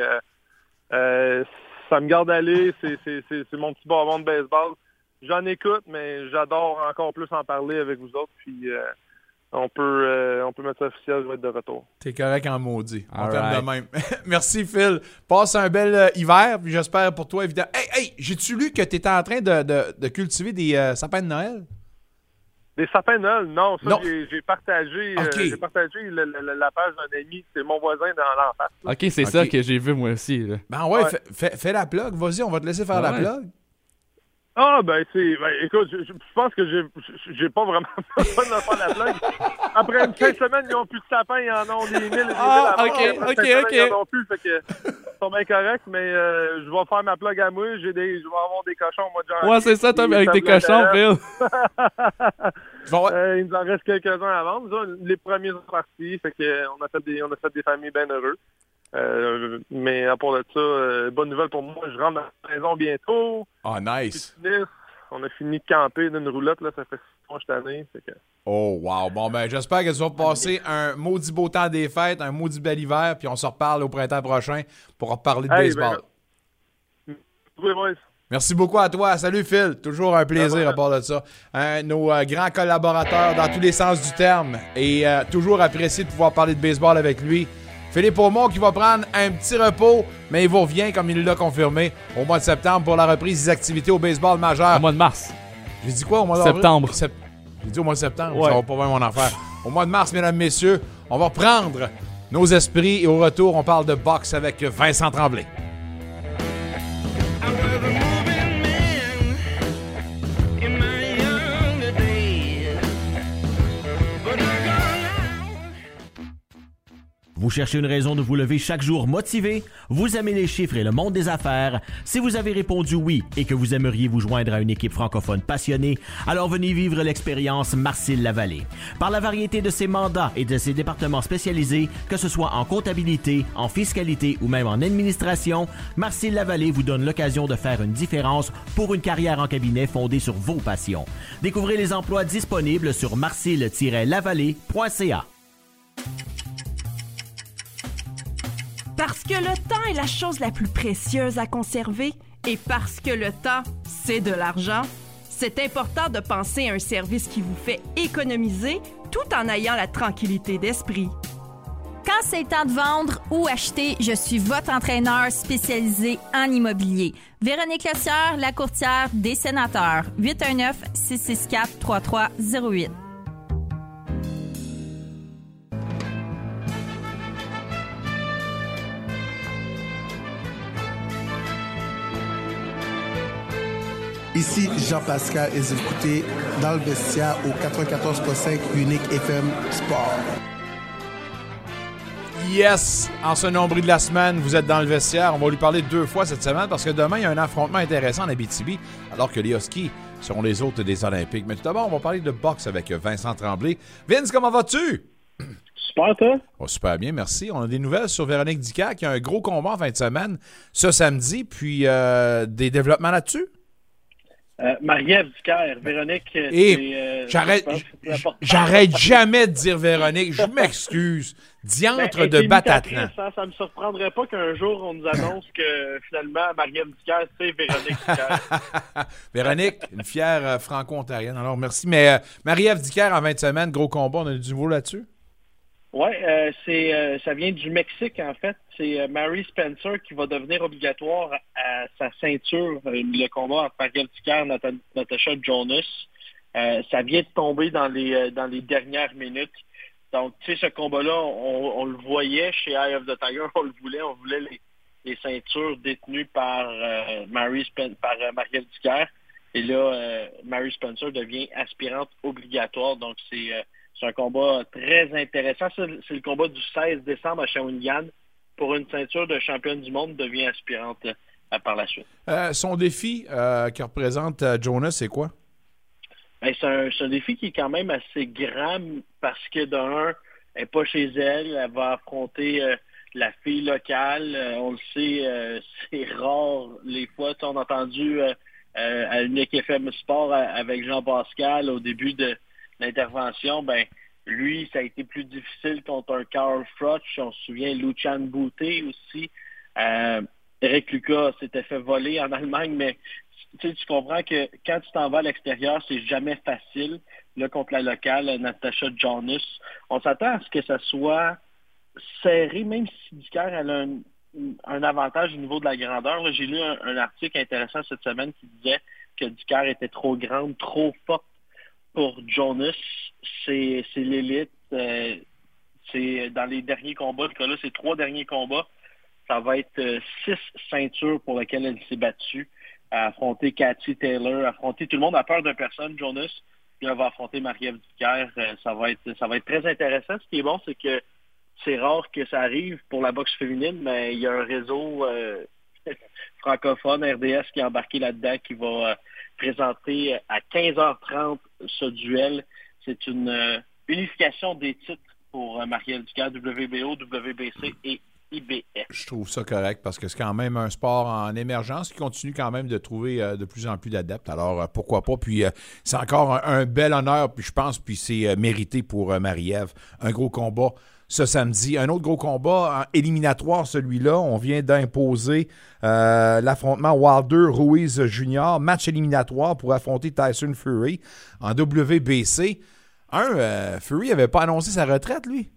ça me garde aller. C'est mon petit bonbon de baseball. J'en écoute, mais j'adore encore plus en parler avec vous autres. Puis on peut mettre ça officiel, je vais être de retour. T'es correct en maudit. On All t'aime right. de même. Merci, Phil. Passe un bel hiver, puis j'espère pour toi, évidemment. Hey, j'ai-tu lu que tu étais en train de cultiver des sapins de Noël? Des sapins de Noël, non. Ça, Non. j'ai partagé, Ok. la page d'un ami. C'est mon voisin dans l'enfance. OK, c'est ça que j'ai vu moi aussi. Là. Ben ouais, fais la plug. Vas-y, on va te laisser faire la Ouais. plug. Ah, écoute, je pense que j'ai pas vraiment besoin de faire la blague. Après une fin de semaine, ils n'ont plus de sapin, ils en ont des mille et des mille Ah, avant. ok, Après une fin de ok, semaine, ok. Ils en ont plus, fait que ils sont bien corrects, mais je vais faire ma plug à moi. Je vais avoir des cochons au mois de janvier. Ouais, c'est ça, toi, Puis, avec tes ça cochons, Phil. Il nous en reste quelques-uns à vendre. Ça, les premiers sont partis, fait que on a fait des familles bien heureux. Mais à part de ça, bonne nouvelle pour moi, je rentre dans la maison bientôt. Ah, nice. On a fini de camper d'une roulotte, là, ça fait 6 mois cette année. Fait que... Oh, wow. Bon, ben, j'espère que tu vas passer un maudit beau temps des fêtes, un maudit bel hiver, puis on se reparle au printemps prochain pour reparler de baseball. Oui, boys. Merci beaucoup à toi. Salut, Phil. Toujours un plaisir à part de ça. Nos grands collaborateurs dans tous les sens du terme et toujours apprécié de pouvoir parler de baseball avec lui. Philippe Aumont qui va prendre un petit repos, mais il vous revient, comme il l'a confirmé, au mois de septembre pour la reprise des activités au baseball majeur. Au mois de mars. J'ai dit quoi au mois Septembre. J'ai dit au mois de septembre, Ouais. ça va pas bien mon affaire. Au mois de mars, mesdames, messieurs, on va reprendre nos esprits et au retour, on parle de boxe avec Vincent Tremblay. Vous cherchez une raison de vous lever chaque jour motivé? Vous aimez les chiffres et le monde des affaires? Si vous avez répondu oui et que vous aimeriez vous joindre à une équipe francophone passionnée, alors venez vivre l'expérience Marcille Lavallée. Par la variété de ses mandats et de ses départements spécialisés, que ce soit en comptabilité, en fiscalité ou même en administration, Marcille Lavallée vous donne l'occasion de faire une différence pour une carrière en cabinet fondée sur vos passions. Découvrez les emplois disponibles sur marcille-lavallée.ca. Parce que le temps est la chose la plus précieuse à conserver et parce que le temps, c'est de l'argent, c'est important de penser à un service qui vous fait économiser tout en ayant la tranquillité d'esprit. Quand c'est le temps de vendre ou acheter, je suis votre entraîneur spécialisé en immobilier. Véronique Lecière, la courtière des sénateurs. 819-664-3308. Ici Jean-Pascal et vous écoutez Dans le vestiaire au 94.5 Unique FM Sport. Yes! En ce nombril de la semaine, vous êtes dans le vestiaire. On va lui parler 2 fois cette semaine parce que demain, il y a un affrontement intéressant en Abitibi, alors que les Huskies seront les hôtes des Olympiques. Mais tout d'abord, on va parler de boxe avec Vincent Tremblay. Vince, comment vas-tu? Super, toi? Oh, super bien, merci. On a des nouvelles sur Véronique Dicker qui a un gros combat en fin de semaine, ce samedi, puis des développements là-dessus? Marie-Ève Dicker, Véronique. J'arrête jamais de dire Véronique. Je m'excuse. Diantre de Batatlan. Ça me surprendrait pas qu'un jour on nous annonce que finalement Marie-Ève Dicker, c'est Véronique Dicker. Véronique, une fière franco-ontarienne. Alors merci. Mais Marie-Ève Dicker en 20 semaines, gros combat. On a du nouveau là-dessus? Oui, ça vient du Mexique, en fait. C'est Mary Spencer qui va devenir obligatoire à sa ceinture, le combat entre Marie-Ève Dicker et Natasha Jonas. Ça vient de tomber dans les dernières minutes. Donc, tu sais, ce combat-là, on le voyait chez Eye of the Tiger, on voulait les ceintures détenues par Marie-Ève Dicker. Et là, Mary Spencer devient aspirante obligatoire. Donc, c'est un combat très intéressant. C'est le combat du 16 décembre à Shawinigan. Pour une ceinture de championne du monde, devient aspirante par la suite. Son défi que représente Jonas, c'est quoi? Ben, c'est un défi qui est quand même assez grand parce que d'un, elle n'est pas chez elle. Elle va affronter la fille locale. On le sait, c'est rare les fois. On a entendu à Unique FM Sport avec Jean-Pascal au début de l'intervention, ben lui, ça a été plus difficile contre un Carl Froch. On se souvient, Lucian Boutet aussi. Eric Lucas s'était fait voler en Allemagne, mais tu comprends que quand tu t'en vas à l'extérieur, c'est jamais facile. là, contre la locale, Natasha Jonas. On s'attend à ce que ça soit serré, même si Ducaire a un avantage au niveau de la grandeur. Là, j'ai lu un article intéressant cette semaine qui disait que Ducaire était trop grande, trop forte pour Jonas. C'est l'élite. C'est dans les derniers combats. Là, ces 3 derniers combats, ça va être 6 ceintures pour lesquelles elle s'est battue. Affronter Cathy Taylor, affronter tout le monde a peur de personne, Jonas. Puis elle va affronter Marie-Ève Ducaire. Ça va être très intéressant. Ce qui est bon, c'est que c'est rare que ça arrive pour la boxe féminine, mais il y a un réseau francophone, RDS, qui est embarqué là-dedans, qui va présenter à 15h30 ce duel. C'est une unification des titres pour Marie-Ève Ducaire, WBO, WBC et IBF. Je trouve ça correct parce que c'est quand même un sport en émergence qui continue quand même de trouver de plus en plus d'adeptes. Alors, pourquoi pas? Puis, c'est encore un bel honneur, puis je pense, puis c'est mérité pour Marie-Ève. Un gros combat ce samedi. Un autre gros combat éliminatoire, celui-là. On vient d'imposer l'affrontement Wilder-Ruiz Jr. Match éliminatoire pour affronter Tyson Fury en WBC. Fury n'avait pas annoncé sa retraite, lui?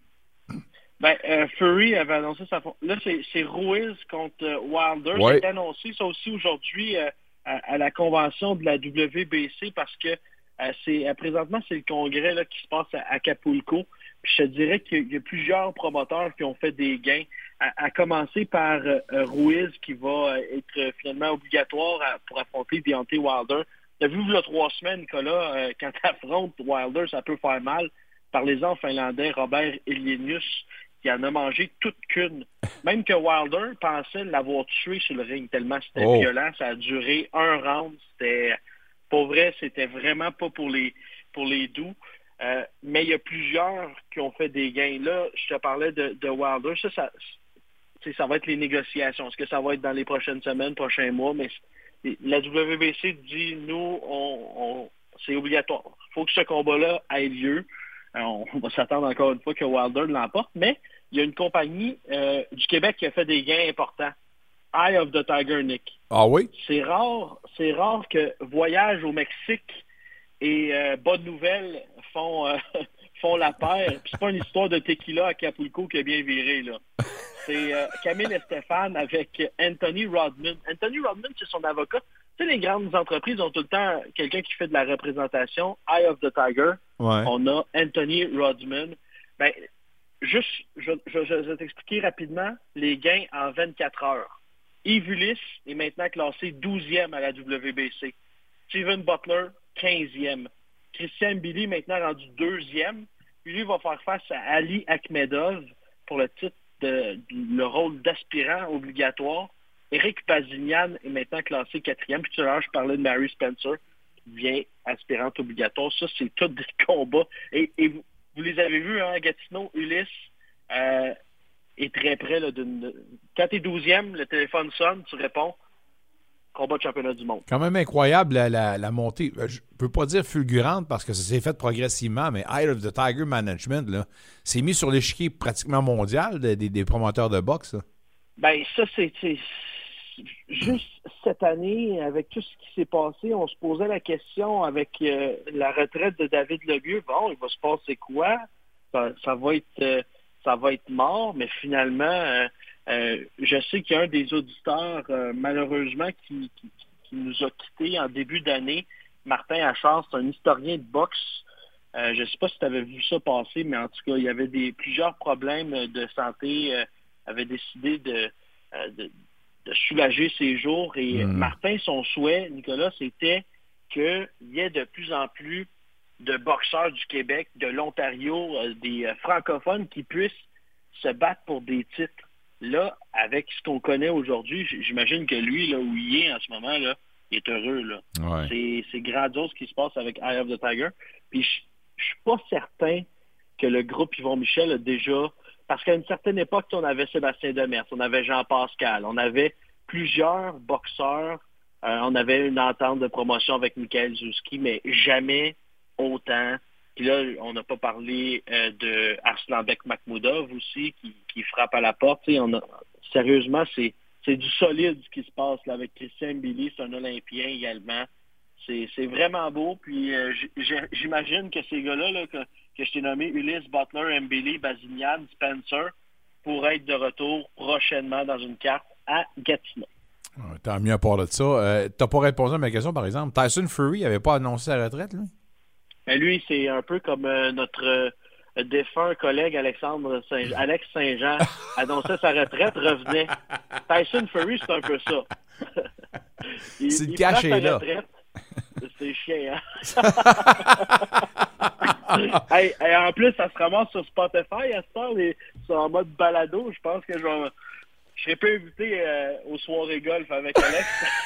Fury avait annoncé sa... Là, c'est Ruiz contre Wilder. Ouais. C'est annoncé, ça aussi, aujourd'hui à la convention de la WBC parce que présentement, c'est le congrès là, qui se passe à Acapulco. Puis je te dirais qu'il y a plusieurs promoteurs qui ont fait des gains, à commencer par Ruiz, qui va être finalement obligatoire pour affronter Deontay Wilder. Tu as vu il y a 3 semaines, Nicolas, quand tu affrontes Wilder, ça peut faire mal. Parlez-en au Finlandais Robert Elienius, qui en a mangé toute qu'une. Même que Wilder pensait l'avoir tué sur le ring, tellement c'était violent. Ça a duré 1 round. Pour vrai, c'était vraiment pas pour les doux. Mais il y a plusieurs qui ont fait des gains. Là, je te parlais de Wilder. Ça va être les négociations. Est-ce que ça va être dans les prochaines semaines, prochains mois? Mais la WBC dit, nous, c'est obligatoire. Il faut que ce combat-là ait lieu. On va s'attendre encore une fois que Wilder l'emporte. Mais il y a une compagnie du Québec qui a fait des gains importants. Eye of the Tiger, Nick. Ah oui? C'est rare que Voyage au Mexique et Bonne Nouvelle font la paire. Puis c'est pas une histoire de tequila à Acapulco qui a bien viré, là. C'est Camille et Stéphane avec Anthony Rodman. Anthony Rodman, c'est son avocat. Tu sais, les grandes entreprises ont tout le temps quelqu'un qui fait de la représentation. Eye of the Tiger. Ouais. On a Anthony Rodman. Je vais t'expliquer rapidement les gains en 24 heures. Yves Ulysse est maintenant classé 12e à la WBC. Steven Butler, 15e. Christian Billy, maintenant rendu 2e. Puis lui va faire face à Ali Akhmedov pour le titre le rôle d'aspirant obligatoire. Eric Bazignan est maintenant classé 4e. Puis tout à l'heure, je parlais de Mary Spencer, qui devient aspirante obligatoire. Ça, c'est tous des combats. Et vous les avez vus, hein, Gatineau, Ulysse est très près. Là, quand tu es 12e, le téléphone sonne, tu réponds. Combat de championnat du monde. Quand même incroyable la montée. Je ne peux pas dire fulgurante parce que ça s'est fait progressivement, mais Eye of the Tiger Management, là, c'est mis sur l'échiquier pratiquement mondial des promoteurs de boxe. Là. Ça, c'est juste cette année, avec tout ce qui s'est passé, on se posait la question avec la retraite de David Lemieux. Bon, il va se passer quoi? Ça va être mort, mais finalement... je sais qu'il y a un des auditeurs, malheureusement, qui nous a quittés en début d'année, Martin Achard, c'est un historien de boxe. Je ne sais pas si tu avais vu ça passer, mais en tout cas, il y avait plusieurs problèmes de santé, avait décidé de soulager ses jours. Et Martin, son souhait, Nicolas, c'était qu'il y ait de plus en plus de boxeurs du Québec, de l'Ontario, des francophones qui puissent se battre pour des titres. Là, avec ce qu'on connaît aujourd'hui, j'imagine que lui, là où il est en ce moment, là, il est heureux. Là. Ouais. C'est grandiose ce qui se passe avec Eye of the Tiger. Puis je suis pas certain que le groupe Yvon Michel a déjà... Parce qu'à une certaine époque, on avait Sébastien Demers, on avait Jean Pascal, on avait plusieurs boxeurs, on avait une entente de promotion avec Michael Zouski, mais jamais autant. Puis là, on n'a pas parlé de Arslanbek Makhmoudov aussi, qui frappe à la porte. Sérieusement, c'est du solide ce qui se passe là, avec Christian Billy, c'est un Olympien également. C'est vraiment beau. Puis j'imagine que ces gars-là là, que je t'ai nommés, Ulysse, Butler, Mbili, Bazinian, Spencer, pourraient être de retour prochainement dans une carte à Gatineau. Tant mieux à part de ça. T'as pas répondu à ma question, par exemple. Tyson Fury n'avait pas annoncé sa retraite, lui? Mais lui, c'est un peu comme notre défunt collègue Alex Saint-Jean annonçait sa retraite, revenait. Tyson Fury, c'est un peu ça. C'est le cash est là. C'est chiant, hein? Hey, en plus, ça se ramasse sur Spotify à ce temps, c'est en mode balado. Je pense que je serais pas invité aux soirées golf avec Alex.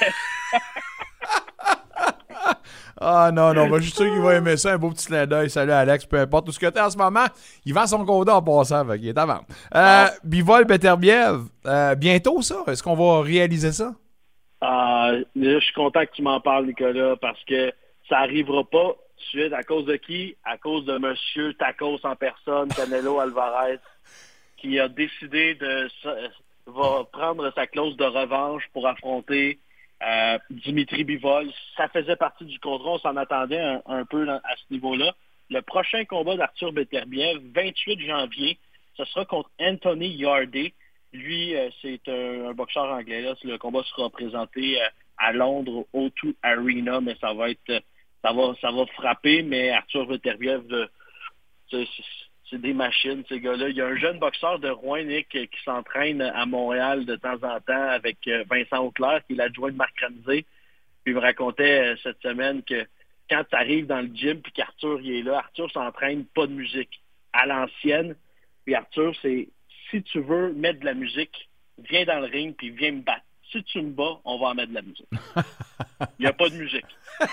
Ah non, je suis sûr qu'il va aimer ça, un beau petit clin d'œil. Salut Alex, peu importe tout ce que tu es en ce moment. Il vend son coda en passant, fait qu'il est à vendre. Bivol Beterbiev, bientôt ça? Est-ce qu'on va réaliser ça? Je suis content que tu m'en parles, Nicolas, parce que ça n'arrivera pas tout de suite. À cause de qui? À cause de Monsieur Tacos en personne, Canelo Alvarez, qui a décidé va prendre sa clause de revanche pour affronter Dimitri Bivol. Ça faisait partie du contrat, on s'en attendait un peu à ce niveau-là. Le prochain combat d'Arthur Beterbiev, 28 janvier, ce sera contre Anthony Yarde. Lui, c'est un boxeur anglais. Là. Le combat sera présenté à Londres, au O2 Arena, mais ça va frapper. Mais Arthur Beterbiev, c'est des machines, ces gars-là. Il y a un jeune boxeur de Rouen, Nick, qui s'entraîne à Montréal de temps en temps avec Vincent Auclair, qui est l'adjoint de Marc Ramsey. Puis il me racontait cette semaine que quand tu arrives dans le gym puis qu'Arthur il est là, Arthur s'entraîne pas de musique. À l'ancienne, puis Arthur, c'est si tu veux mettre de la musique, viens dans le ring puis viens me battre. Si tu me bats, on va en mettre de la musique. Il n'y a pas de musique.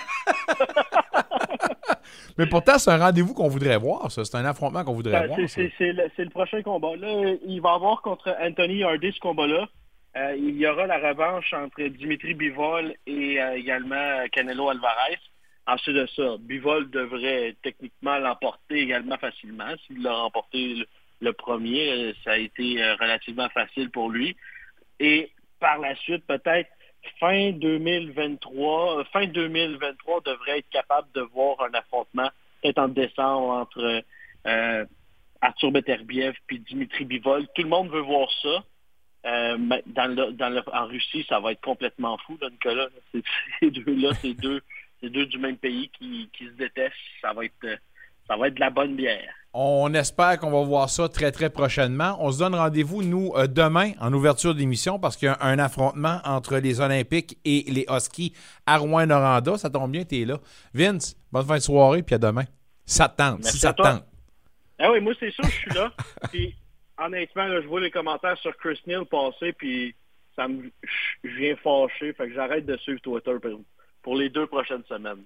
Mais pourtant, c'est un rendez-vous qu'on voudrait voir, ça. C'est un affrontement qu'on voudrait voir. C'est le prochain combat. Là, il va y avoir contre Anthony Yarde ce combat-là. Il y aura la revanche entre Dimitri Bivol et également Canelo Alvarez. Ensuite de ça, Bivol devrait techniquement l'emporter également facilement. S'il l'a remporté le premier, ça a été relativement facile pour lui. Et par la suite, peut-être fin 2023 devrait être capable de voir un affrontement, peut-être en décembre, entre Arthur Beterbiev et Dimitri Bivol. Tout le monde veut voir ça. En Russie, ça va être complètement fou, là, Nicolas. Ces deux-là, c'est deux du même pays qui se détestent. Ça va être de la bonne bière. On espère qu'on va voir ça très, très prochainement. On se donne rendez-vous, nous, demain, en ouverture d'émission, parce qu'il y a un affrontement entre les Olympiques et les Huskies à Rouyn-Noranda. Ça tombe bien, t'es là. Vince, bonne fin de soirée, puis à demain. Ça te tente, si ça te tente. Ah oui, moi, c'est sûr, je suis là. Puis, honnêtement, là, je vois les commentaires sur Chris Neal passer, puis je viens fâcher. Fait que j'arrête de suivre Twitter pour les 2 prochaines semaines.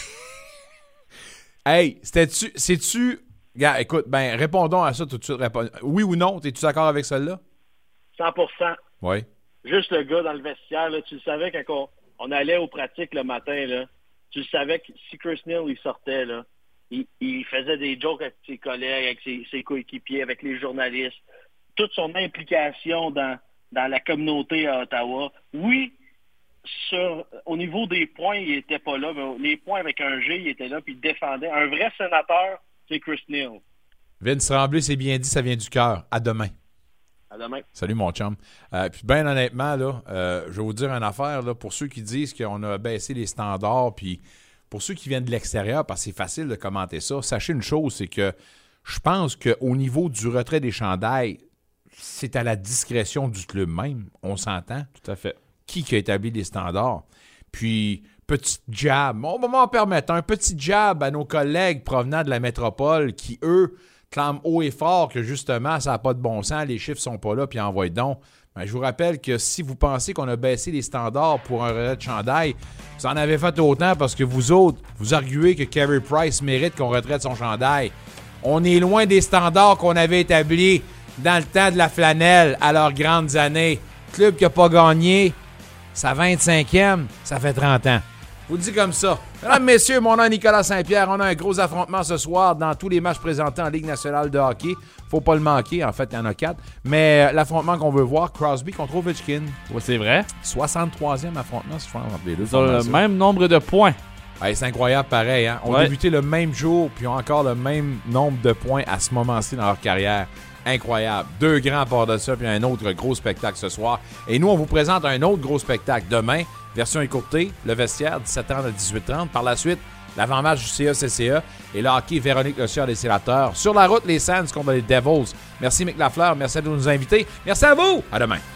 Hey, c'est-tu... Gars, écoute, répondons à ça tout de suite. Oui ou non, es-tu d'accord avec celle-là? 100%. Oui. Juste le gars dans le vestiaire, là, tu le savais quand on allait aux pratiques le matin, là, tu le savais que si Chris Neal, il sortait, là, il faisait des jokes avec ses collègues, avec ses coéquipiers, avec les journalistes. Toute son implication dans la communauté à Ottawa. Oui, au niveau des points, il n'était pas là, mais les points avec un G, il était là, puis il défendait. Un vrai sénateur, c'est Chris Neal. Vince Tremblay, c'est bien dit, ça vient du cœur. À demain. À demain. Salut, mon chum. Puis bien honnêtement, là, je vais vous dire une affaire, là, pour ceux qui disent qu'on a baissé les standards, puis pour ceux qui viennent de l'extérieur, parce que c'est facile de commenter ça, sachez une chose, c'est que je pense qu'au niveau du retrait des chandails, c'est à la discrétion du club même. On s'entend. Tout à fait. Qui a établi les standards. Puis, petit jab, on va m'en permettre, un petit jab à nos collègues provenant de la métropole qui, eux, clament haut et fort que justement, ça n'a pas de bon sens, les chiffres sont pas là, puis envoient donc. Je vous rappelle que si vous pensez qu'on a baissé les standards pour un retrait de chandail, vous en avez fait autant parce que vous autres, vous arguez que Carey Price mérite qu'on retraite son chandail. On est loin des standards qu'on avait établis dans le temps de la flanelle à leurs grandes années. Club qui n'a pas gagné, sa 25e, ça fait 30 ans. Je vous le dis comme ça. Mesdames, messieurs, mon nom est Nicolas Saint-Pierre. On a un gros affrontement ce soir dans tous les matchs présentés en Ligue nationale de hockey. Faut pas le manquer. En fait, il y en a 4. Mais l'affrontement qu'on veut voir, Crosby contre Ovechkin. Oui, c'est vrai. 63e affrontement, si je pense, entre les deux. Ils ont le même nombre de points. Hey, c'est incroyable pareil. Hein? On a débuté le même jour, puis ont encore le même nombre de points à ce moment-ci dans leur carrière. Incroyable. 2 grands à part de ça, puis un autre gros spectacle ce soir. Et nous, on vous présente un autre gros spectacle demain. Version écourtée, le vestiaire, 17h à 18h30. Par la suite, l'avant-match du CA-CCA et le hockey Véronique Le Sieur des Sénateurs. Sur la route, les Sands contre les Devils. Merci Mick Lafleur, merci à nous invités. Merci à vous. À demain.